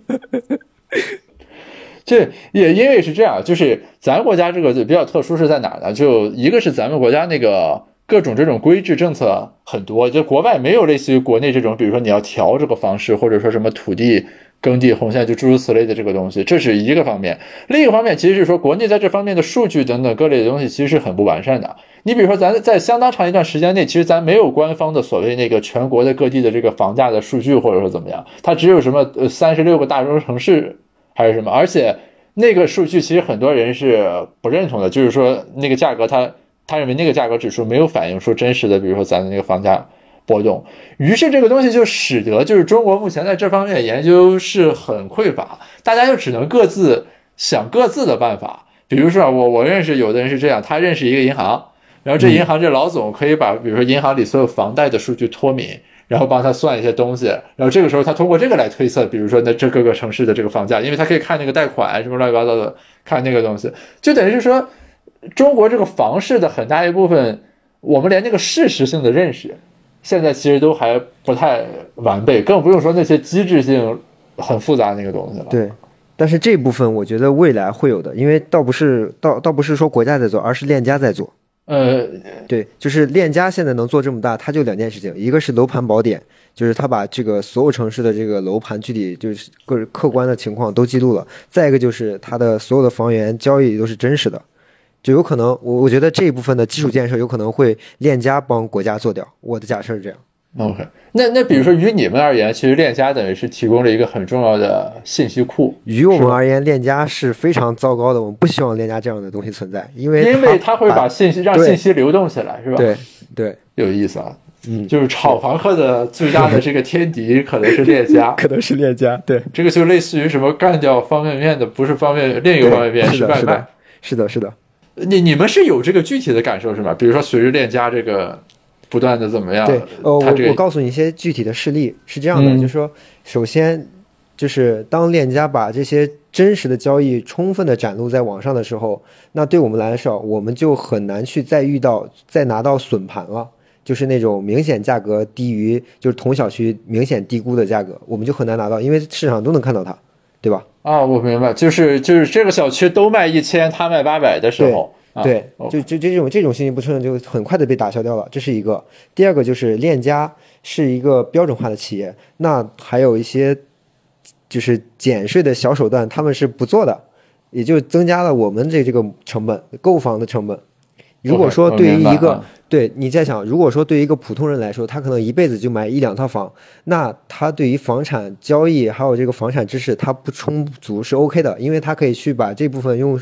这也因为是这样，就是咱国家这个比较特殊是在哪呢？就一个是咱们国家那个各种这种规制政策很多，就国外没有类似于国内这种，比如说你要调这个房市，或者说什么土地耕地红线，就诸如此类的这个东西，这是一个方面。另一个方面其实是说国内在这方面的数据等等各类的东西其实是很不完善的。你比如说咱在相当长一段时间内，其实咱没有官方的所谓那个全国的各地的这个房价的数据，或者说怎么样，它只有什么呃三十六个大中城市还是什么，而且那个数据其实很多人是不认同的，就是说那个价格他他认为那个价格指数没有反映出真实的，比如说咱的那个房价波动，于是这个东西就使得就是中国目前在这方面研究是很匮乏，大家就只能各自想各自的办法。比如说我我认识有的人是这样，他认识一个银行，然后这银行这老总可以把比如说银行里所有房贷的数据脱敏，然后帮他算一些东西，然后这个时候他通过这个来推测，比如说那这各个城市的这个房价，因为他可以看那个贷款什么乱七八糟的，看那个东西，就等于是说中国这个房市的很大一部分，我们连那个事实性的认识现在其实都还不太完备，更不用说那些机制性很复杂的那个东西了。 对，但是这部分我觉得未来会有的，因为倒不是倒倒不是说国家在做，而是链家在做。 呃， 对，就是链家现在能做这么大，它就两件事情，一个是楼盘宝典，就是它把这个所有城市的这个楼盘具体就是各客观的情况都记录了，再一个就是它的所有的房源交易都是真实的，就有可能我我觉得这一部分的基础建设有可能会链家帮国家做掉，我的假设是这样。 OK， 那那比如说于你们而言，其实链家等于是提供了一个很重要的信息库。 于我们而言，链家是非常糟糕的，我们不希望链家这样的东西存在，因为因为它会把信息让信息流动起来，是吧？ 对对， 有意思啊。 嗯， 就是炒房客的最大的这个天敌可能是链家， 可能是链家。对， 这个就类似于什么干掉方便面的不是方便另一个方便面是外卖。 是的，是的。 你你们是有这个具体的感受是吗？比如说随着链家这个不断的怎么样？ 对，呃， 它这个、 我我告诉你一些具体的事例，是这样的，嗯、就是说，首先就是当链家把这些真实的交易充分的展露在网上的时候，那对我们来说，我们就很难去再遇到再拿到损盘了，就是那种明显价格低于就是同小区明显低估的价格，我们就很难拿到，因为市场都能看到它，对吧？ 啊，我明白，就是就是这个小区都卖一千，他卖八百的时候。 对，就就这种这种信息不充分就很快的被打消掉了，这是一个。第二个就是链家是一个标准化的企业，那还有一些就是减税的小手段，他们是不做的，也就增加了我们这这个成本，购房的成本。如果说对于一个，对你在想，如果说对于一个普通人来说，他可能一辈子就买一两套房，那他对于房产交易还有这个房产知识他不充足是 OK 的，因为他可以去把这部分用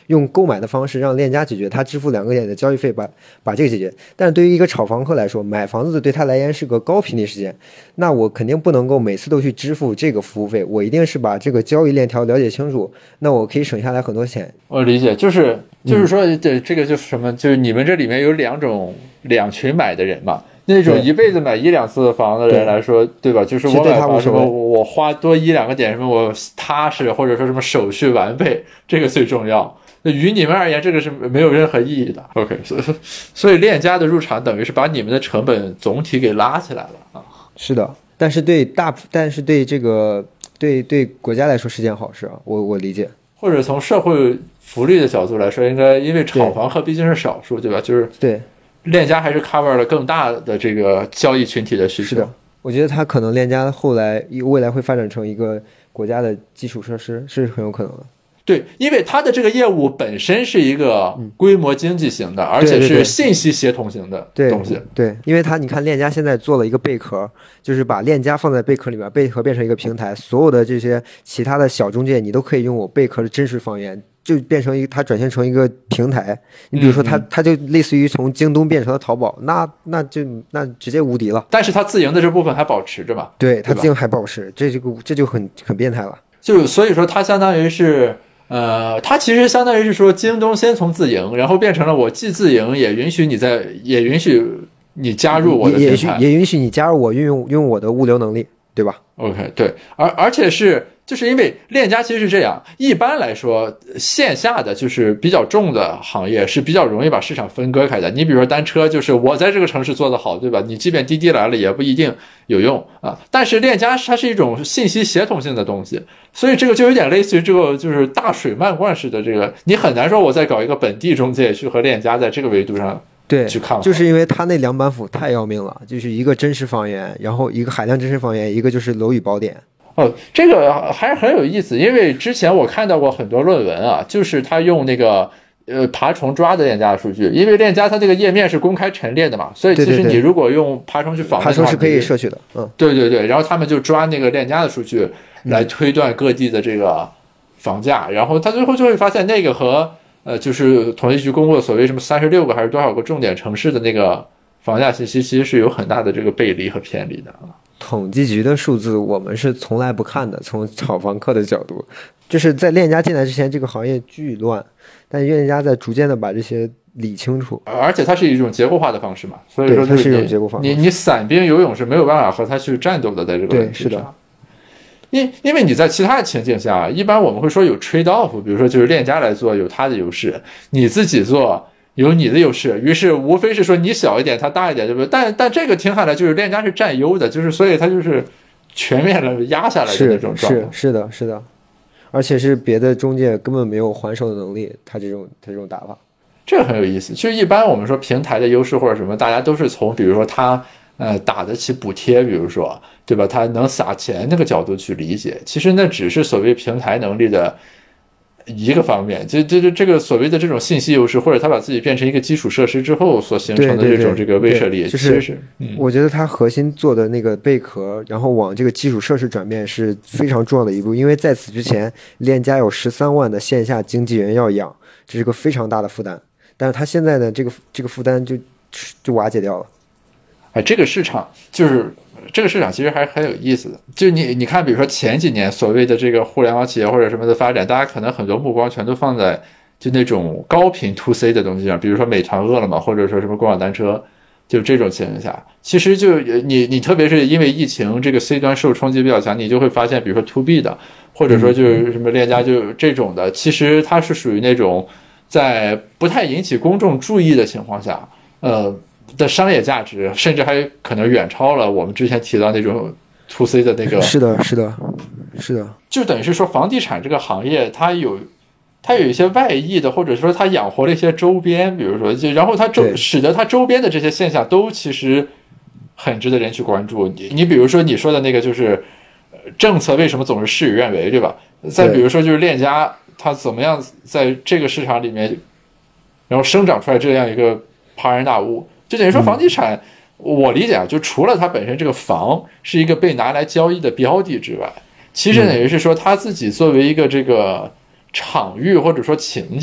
用购买的方式让链家解决，他支付两个点的交易费把把这个解决。但是对于一个炒房客来说，买房子对他来言是个高频率事件，那我肯定不能够每次都去支付这个服务费，我一定是把这个交易链条了解清楚，那我可以省下来很多钱。 我理解，就是就是说，这这个就是什么？就是你们这里面有两种两群买的人嘛。那种一辈子买一两次房的人来说， 对, 对吧？就是我买房什么，我花多一两个点什么，我踏实，或者说什么手续完备，这个最重要。于你们而言，这个是没有任何意义的。OK， 所以所以链家的入场等于是把你们的成本总体给拉起来了啊。 是的，但是对大，但是对这个对对国家来说是件好事啊，我我理解。 或者从社会福利的角度来说，应该因为炒房客毕竟是少数，对吧？就是对。 链家还是 cover 了更大的这个交易群体的需求。 是的，我觉得它可能链家后来未来会发展成一个国家的基础设施，是很有可能的。 对，因为它的这个业务本身是一个规模经济型的， 嗯、 而且是信息协同型的东西。 对， 对, 对，因为它你看链家现在做了一个贝壳，就是把链家放在贝壳里面，贝壳变成一个平台，所有的这些其他的小中介，你都可以用我贝壳的真实房源。就变成一个，它转型成一个平台。你比如说它，它、嗯、就类似于从京东变成了淘宝，那那就那直接无敌了。 但是它自营的这部分还保持着嘛？ 对，它自营还保持，这就这就很很变态了。 就所以说，它相当于是，呃，它其实相当于是说，京东先从自营，然后变成了我既自营，也允许你在，也允许你加入我的平台， 也也允许你加入我运用运用我的物流能力，对吧 ？OK， 对，而而且是。就是因为链家其实是这样，一般来说线下的就是比较重的行业是比较容易把市场分割开的。你比如说单车，就是我在这个城市做得好，对吧？你即便滴滴来了也不一定有用啊。但是链家它是一种信息协同性的东西，所以这个就有点类似于这个就是大水漫灌式的这个，你很难说我再搞一个本地中介去和链家在这个维度上对去看， 就是因为它那两板斧太要命了，就是一个真实房源，然后一个海量真实房源，一个就是楼宇宝典。 哦，这个还是很有意思，因为之前我看到过很多论文啊，就是他用那个呃爬虫抓的链家的数据，因为链家它这个页面是公开陈列的嘛，所以其实你如果用爬虫去访问的话， 爬虫是可以摄取的，嗯， 对对对，然后他们就抓那个链家的数据来推断各地的这个房价，然后他最后就会发现那个和呃就是统计局公布的所谓什么三十六个还是多少个重点城市的那个房价信息，其实是有很大的这个背离和偏离的啊。 统计局的数字我们是从来不看的，从炒房客的角度，就是在链家进来之前这个行业巨乱，但链家在逐渐的把这些理清楚， 而且它是一种结构化的方式嘛，所以说它是一种结构方式， 你你散兵游泳是没有办法和它去战斗的，在这个问题上。 对，是的。 因因为你在其他的情境下，一般我们会说有 trade off， 比如说就是链家来做有它的优势，你自己做有你的优势，于是无非是说你小一点，它大一点，对不对？但但这个听下来就是链家是占优的，就是所以它就是全面的压下来的那种状态。 是是是的，是的，而且是别的中介根本没有还手的能力，它这种它这种打法， 这个很有意思。就一般我们说平台的优势或者什么，大家都是从比如说它呃打得起补贴，比如说对吧？它能撒钱那个角度去理解，其实那只是所谓平台能力的一个方面，就就就这个所谓的这种信息优势，或者他把自己变成一个基础设施之后所形成的这种这个威慑力， 其实是，嗯， 我觉得它核心做的那个贝壳，然后往这个基础设施转变是非常重要的一步，因为在此之前，链家有十三万的线下经纪人要养，这是个非常大的负担，但是他现在呢，这个这个负担就就瓦解掉了。 哎，这个市场就是这个市场其实还很有意思的，就你你看，比如说前几年所谓的这个互联网企业或者什么的发展，大家可能很多目光全都放在就那种高频 to C 的东西上，比如说美团、饿了么，或者说什么共享单车，就这种情况下，其实就你你特别是因为疫情这个 C 端受冲击比较强，你就会发现，比如说 to B 的，或者说就是什么链家就这种的，其实它是属于那种在不太引起公众注意的情况下，呃。的商业价值甚至还可能远超了我们之前提到那种 to C 的那个。 是的，是的，是的， 就等于是说房地产这个行业它有它有一些外溢的，或者说它养活了一些周边，比如说就然后它周使得它周边的这些现象都其实很值得人去关注。你你比如说你说的那个就是政策为什么总是事与愿违，对吧？再比如说就是链家它怎么样在这个市场里面然后生长出来这样一个庞然大物，就等于说房地产、嗯、我理解啊，就除了它本身这个房是一个被拿来交易的标的之外，其实等于是说它自己作为一个这个场域或者说情景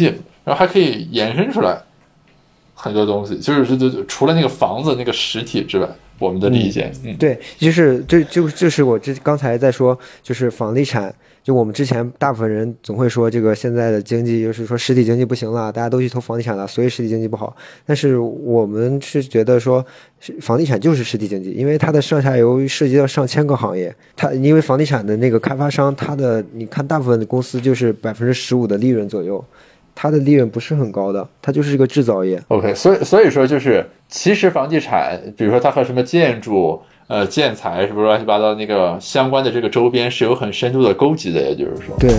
然后还可以延伸出来很多东西，就是就除了那个房子那个实体之外，我们的理解， 嗯，嗯对，就是就就就是我这刚才在说，就是房地产，就我们之前大部分人总会说这个现在的经济就是说实体经济不行了，大家都去投房地产了，所以实体经济不好。但是我们是觉得说，房地产就是实体经济，因为它的上下游涉及到上千个行业，它因为房地产的那个开发商，它的你看大部分的公司就是百分之十五的利润左右。它的利润不是很高的，它就是一个制造业。 OK， 所以所以说就是，其实房地产，比如说它和什么建筑、呃建材什么乱七八糟那个相关的这个周边是有很深度的勾结的，也就是说。 对。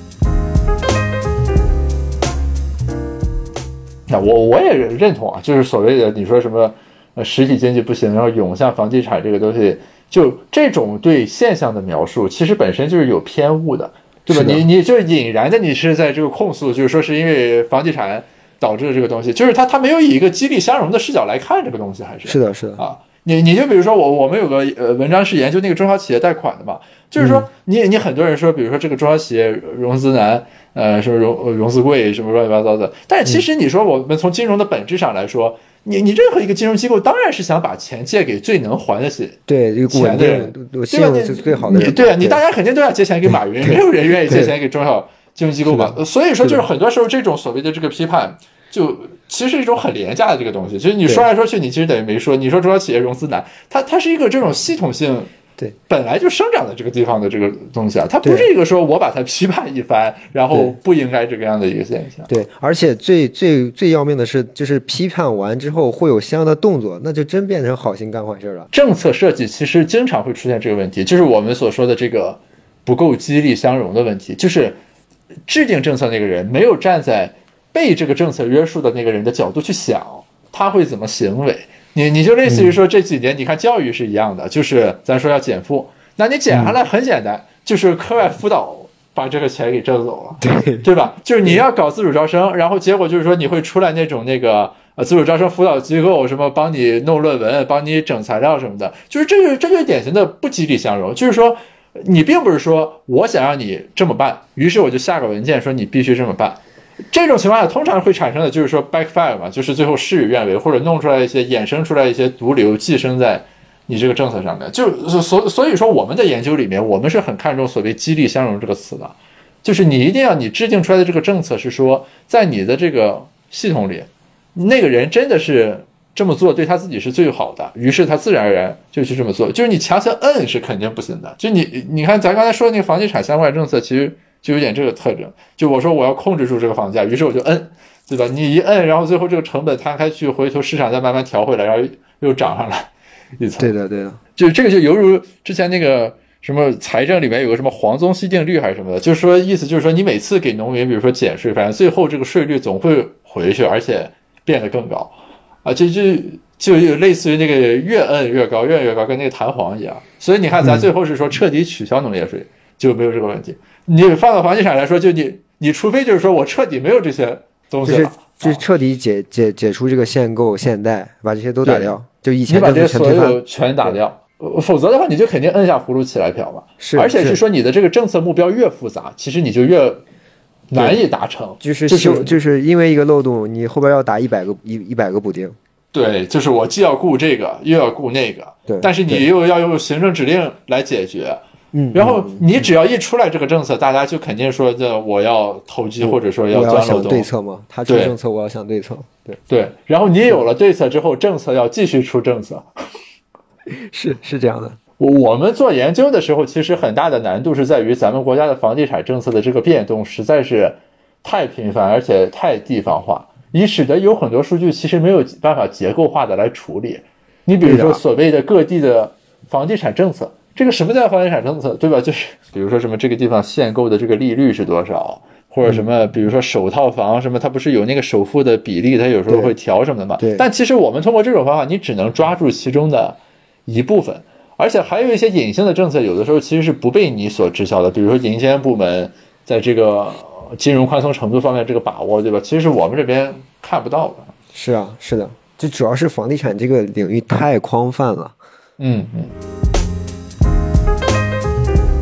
那我我也认同啊，就是所谓的你说什么呃实体经济不行，然后涌向房地产这个东西，就这种对现象的描述，其实本身就是有偏误的。对吧？你你就隐然的你是在这个控诉，就是说是因为房地产导致的这个东西，就是他他没有以一个激励相容的视角来看这个东西，还是是的，是的啊。你你就比如说我我们有个呃文章是研究那个中小企业贷款的嘛，就是说你你很多人说，比如说这个中小企业融资难，呃什么融融资贵什么乱七八糟的，但是其实你说我们从金融的本质上来说。你你任何一个金融机构当然是想把钱借给最能还得起对钱的人， 信用是最好的人。 对啊，你大家肯定都要借钱给马云，没有人愿意借钱给中小金融机构嘛。所以说，就是很多时候这种所谓的这个批判，就其实是一种很廉价的这个东西。就是你说来说去，你其实等于没说。你说中小企业融资难，它它是一个这种系统性。 对， 本来就生长在这个地方的这个东西啊，它不是一个说我把它批判一番，然后不应该这个样的一个现象。 对，而且最最最要命的是，就是批判完之后会有相应的动作，那就真变成好心干坏事了。 政策设计其实经常会出现这个问题，就是我们所说的这个不够激励相容的问题，就是制定政策那个人没有站在被这个政策约束的那个人的角度去想，他会怎么行为。你你就类似于说这几年你看教育是一样的，就是咱说要减负，那你减下来很简单，就是课外辅导把这个钱给挣走了， 对对吧？就是你要搞自主招生，然后结果就是说你会出来那种那个呃自主招生辅导机构什么帮你弄论文，帮你整材料什么的，就是这个这就是典型的不激励相容，就是说你并不是说我想让你这么办，于是我就下个文件说你必须这么办。这种情况下通常会产生的就是说 backfire 嘛，就是最后事与愿违，或者弄出来一些衍生出来一些毒瘤寄生在你这个政策上面。就所所以说我们的研究里面，我们是很看重所谓激励相容这个词的，就是你一定要你制定出来的这个政策是说在你的这个系统里，那个人真的是这么做对他自己是最好的，于是他自然而然就去这么做。就是你强行摁是肯定不行的。就你你看咱刚才说的那个房地产相关政策，其实就有点这个特征，就我说我要控制住这个房价，于是我就摁，对吧？你一摁，然后最后这个成本摊开去，回头市场再慢慢调回来，然后又涨上来一层。 对的，对的， 就这个就犹如之前那个什么财政里面有个什么黄宗羲定律还是什么的，就是说意思就是说你每次给农民，比如说减税，反正最后这个税率总会回去，而且变得更高啊，就就就有类似于那个越摁越高，越摁越高，跟那个弹簧一样。所以你看，咱最后是说彻底取消农业税，就没有这个问题。你放到房地产来说，就你你除非就是说我彻底没有这些东西了， 就是就是彻底解解解除这个限购限贷，把这些都打掉，就以前你把这些所有全打掉，否则的话你就肯定摁下葫芦起来瓢嘛。 是， 而且是说你的这个政策目标越复杂，其实你就越难以达成。 就是就是就是因为一个漏洞，你后边要打一百个一一百个补丁。 对，就是我既要顾这个，又要顾那个， 对， 但是你又要用行政指令来解决。 嗯， 然后你只要一出来这个政策，大家就肯定说这我要投机，或者说要钻漏洞。 对策嘛，他出政策，我要想对策。对对，然后你有了对策之后，政策要继续出政策。 是是这样的。 我们做研究的时候，其实很大的难度是在于咱们国家的房地产政策的这个变动实在是太频繁，而且太地方化，以使得有很多数据其实没有办法结构化的来处理。你比如说所谓的各地的房地产政策，这个什么叫房地产政策，对吧？就是比如说什么这个地方限购的这个利率是多少，或者什么比如说首套房什么，它不是有那个首付的比例，它有时候会调什么的嘛。但其实我们通过这种方法，你只能抓住其中的一部分，而且还有一些隐性的政策，有的时候其实是不被你所知晓的，比如说银监部门在这个金融宽松程度方面这个把握，对吧？其实是我们这边看不到的。 是啊，是的，就主要是房地产这个领域太宽泛了。 嗯嗯。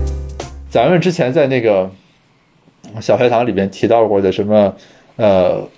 咱们之前在那个小学堂里边提到过的什么呃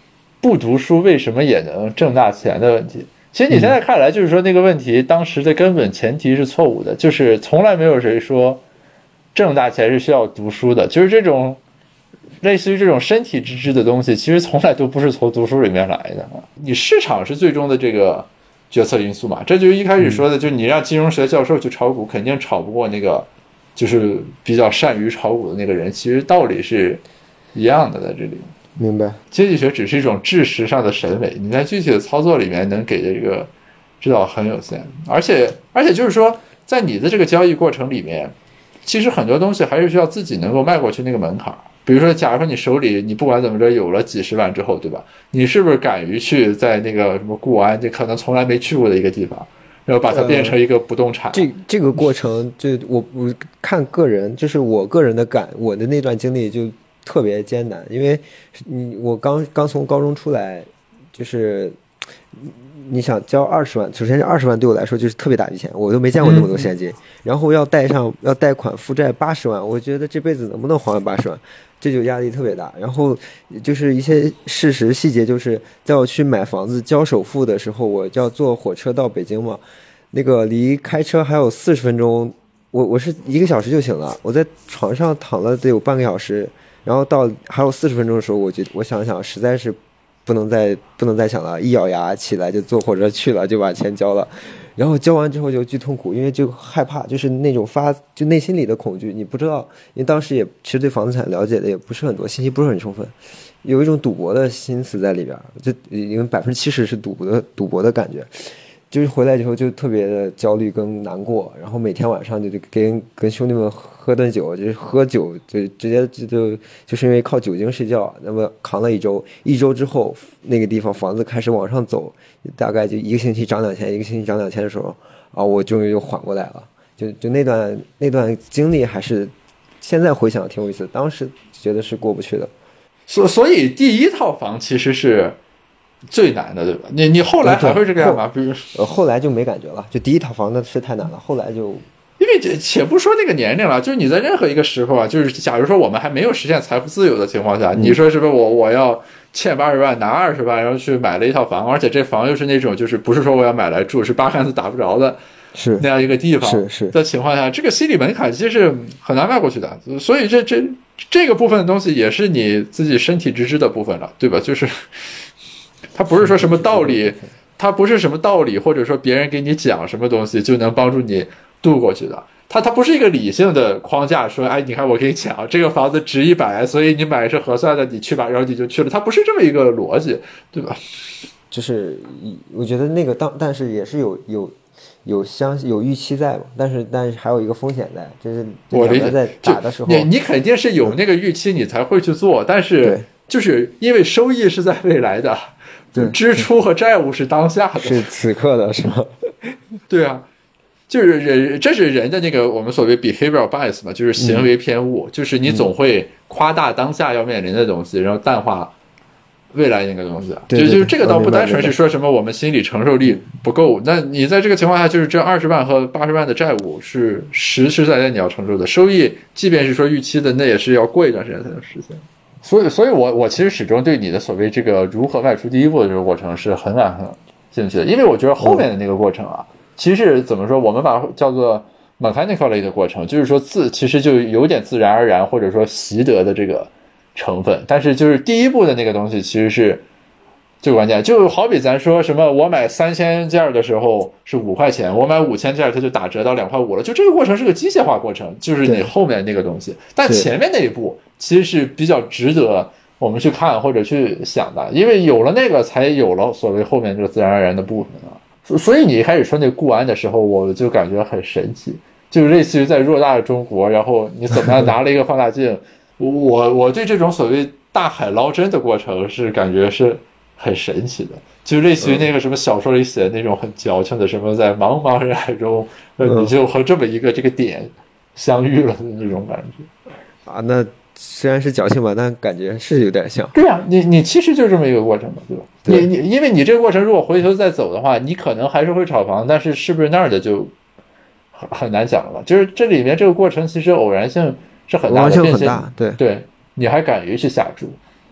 不读书为什么也能挣大钱的问题。其实你现在看来，就是说那个问题当时的根本前提是错误的，就是从来没有谁说挣大钱是需要读书的，就是这种类似于这种身体之知的东西，其实从来都不是从读书里面来的。你市场是最终的这个决策因素嘛，这就是一开始说的，就是你让金融学教授去炒股，肯定炒不过那个就是比较善于炒股的那个人，其实道理是一样的在这里。 明白， 经济学只是一种知识上的审美，你在具体的操作里面能给的这个指导很有限，而且而且就是说，在你的这个交易过程里面，其实很多东西还是需要自己能够迈过去那个门槛。比如说，假如说你手里你不管怎么着有了几十万之后，对吧？你是不是敢于去在那个什么固安，这可能从来没去过的一个地方，然后把它变成一个不动产？ 呃、这这个过程就我我看个人，就是我个人的感，我的那段经历就特别艰难，因为你我刚刚从高中出来，就是你想交二十万，首先是二十万对我来说就是特别大笔钱，我都没见过那么多现金，嗯、然后要贷上要贷款负债八十万，我觉得这辈子能不能还完八十万，这就压力特别大。然后就是一些事实细节，就是在我去买房子交首付的时候，我要坐火车到北京嘛，那个离开车还有四十分钟，我我是一个小时就行了，我在床上躺了得有半个小时。然后到还有四十分钟的时候，我觉得我想想实在是不能再不能再想了，一咬牙起来就坐火车去了，就把钱交了。然后交完之后就巨痛苦，因为就害怕，就是那种发就内心里的恐惧，你不知道，因为当时也其实对房地产了解的也不是很多，信息不是很充分，有一种赌博的心思在里边，就因为百分之七十是赌博的赌博的感觉。就是回来以后就特别的焦虑跟难过，然后每天晚上就就跟跟兄弟们喝顿酒，就是喝酒就直接就就就是因为靠酒精睡觉，那么扛了一周，一周之后那个地方房子开始往上走，大概就一个星期涨两千，一个星期涨两千的时候啊，我终于又缓过来了。就就那段那段经历还是现在回想挺有意思的，当时觉得是过不去的。 所所以第一套房其实是最难的，对吧？你你后来还会这个样吗？比如呃，后来就没感觉了，就第一套房子是太难了，后来就因为且不说那个年龄了，就是你在任何一个时候啊，就是假如说我们还没有实现财富自由的情况下，嗯、你说是不是我我要欠八十万拿二十万，然后去买了一套房，而且这房又是那种就是不是说我要买来住，是八竿子打不着的， 是那样一个地方是是的情况下，这个心理门槛其实是很难迈过去的。所以这这这个部分的东西也是你自己身体之知的部分了，对吧？就是。它不是说什么道理，它不是什么道理，或者说别人给你讲什么东西就能帮助你度过去的。它它不是一个理性的框架，说哎，你看我给你讲这个房子值一百，所以你买是合算的，你去吧，然后你就去了。它不是这么一个逻辑，对吧？ 就是我觉得那个当，但是也是有有有相有预期在嘛，但是但是还有一个风险在，就是我理解在打的时候， 你你肯定是有那个预期，你才会去做，但是就是因为收益是在未来的。 对， 支出和债务是当下的， 是此刻的，是吗？ 对啊，就是人，这是人的那个我们所谓 behavioral bias 嘛，就是行为偏误，嗯、就是你总会夸大当下要面临的东西，然后淡化未来那个东西。 对对对， 就就是这个倒不单纯是说什么我们心理承受力不够，那你在这个情况下，就是这二十万和八十万的债务是实实在在你要承受的，收益即便是说预期的，那也是要过一段时间才能实现。所以，所以我我其实始终对你的所谓这个如何迈出第一步的这个过程是很感兴趣的，因为我觉得后面的那个过程啊，其实怎么说，我们把它叫做 mechanical 类的过程，就是说自其实就有点自然而然或者说习得的这个成分，但是就是第一步的那个东西其实是最关键。就好比咱说什么，我买三千件的时候是五块钱，我买五千件它就打折到两块五了，就这个过程是个机械化过程，就是你后面那个东西，但前面那一步其实是比较值得我们去看或者去想的，因为有了那个才有了所谓后面这个自然而然的部分啊。所以你一开始说那个固安的时候，我就感觉很神奇，就是类似于在偌大的中国，然后你怎么样拿了一个放大镜，我我对这种所谓大海捞针的过程是感觉是很神奇的，就类似于那个什么小说里写的那种很矫情的什么在茫茫人海中，呃，你就和这么一个这个点相遇了的那种感觉啊。那虽然是矫情吧，但感觉是有点像。 对啊，你你其实就这么一个过程嘛，对吧？对，你你因为你这个过程如果回头再走的话，你可能还是会炒房，但是是不是那儿的就很很难讲了。就是这里面这个过程其实偶然性是很大的， 偶然性很大，对对，你还敢于去下注。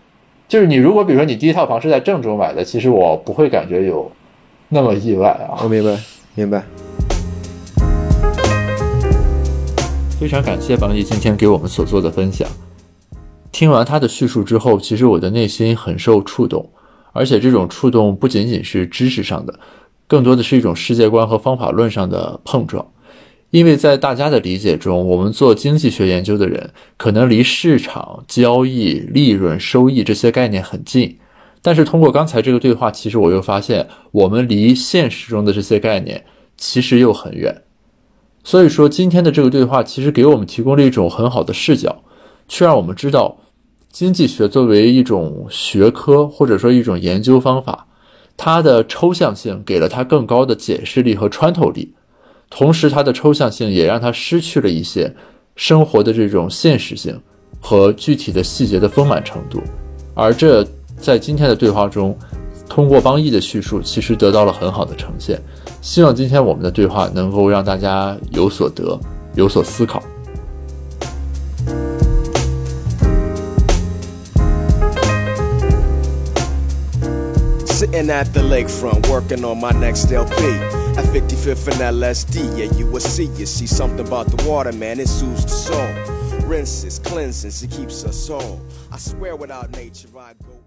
就是你如果比如说你第一套房是在郑州买的，其实我不会感觉有那么意外啊。 我明白，明白。 非常感谢邦毅今天给我们所做的分享。听完他的叙述之后，其实我的内心很受触动，而且这种触动不仅仅是知识上的，更多的是一种世界观和方法论上的碰撞。因为在大家的理解中，我们做经济学研究的人可能离市场、交易、利润、收益这些概念很近，但是通过刚才这个对话，其实我又发现我们离现实中的这些概念其实又很远。所以说今天的这个对话其实给我们提供了一种很好的视角，去让我们知道经济学作为一种学科或者说一种研究方法，它的抽象性给了它更高的解释力和穿透力，同时它的抽象性也让它失去了一些生活的这种现实性和具体的细节的丰满程度。而这在今天的对话中，通过邦毅的叙述其实得到了很好的呈现。希望今天我们的对话能够让大家有所得，有所思考。 Sitting at the lakefront, working on my next L P. At fifty-fifth and L S D, yeah, you will see. You see something about the water, man, it soothes the soul. Rinses, cleanses, it keeps us whole. I swear without nature I go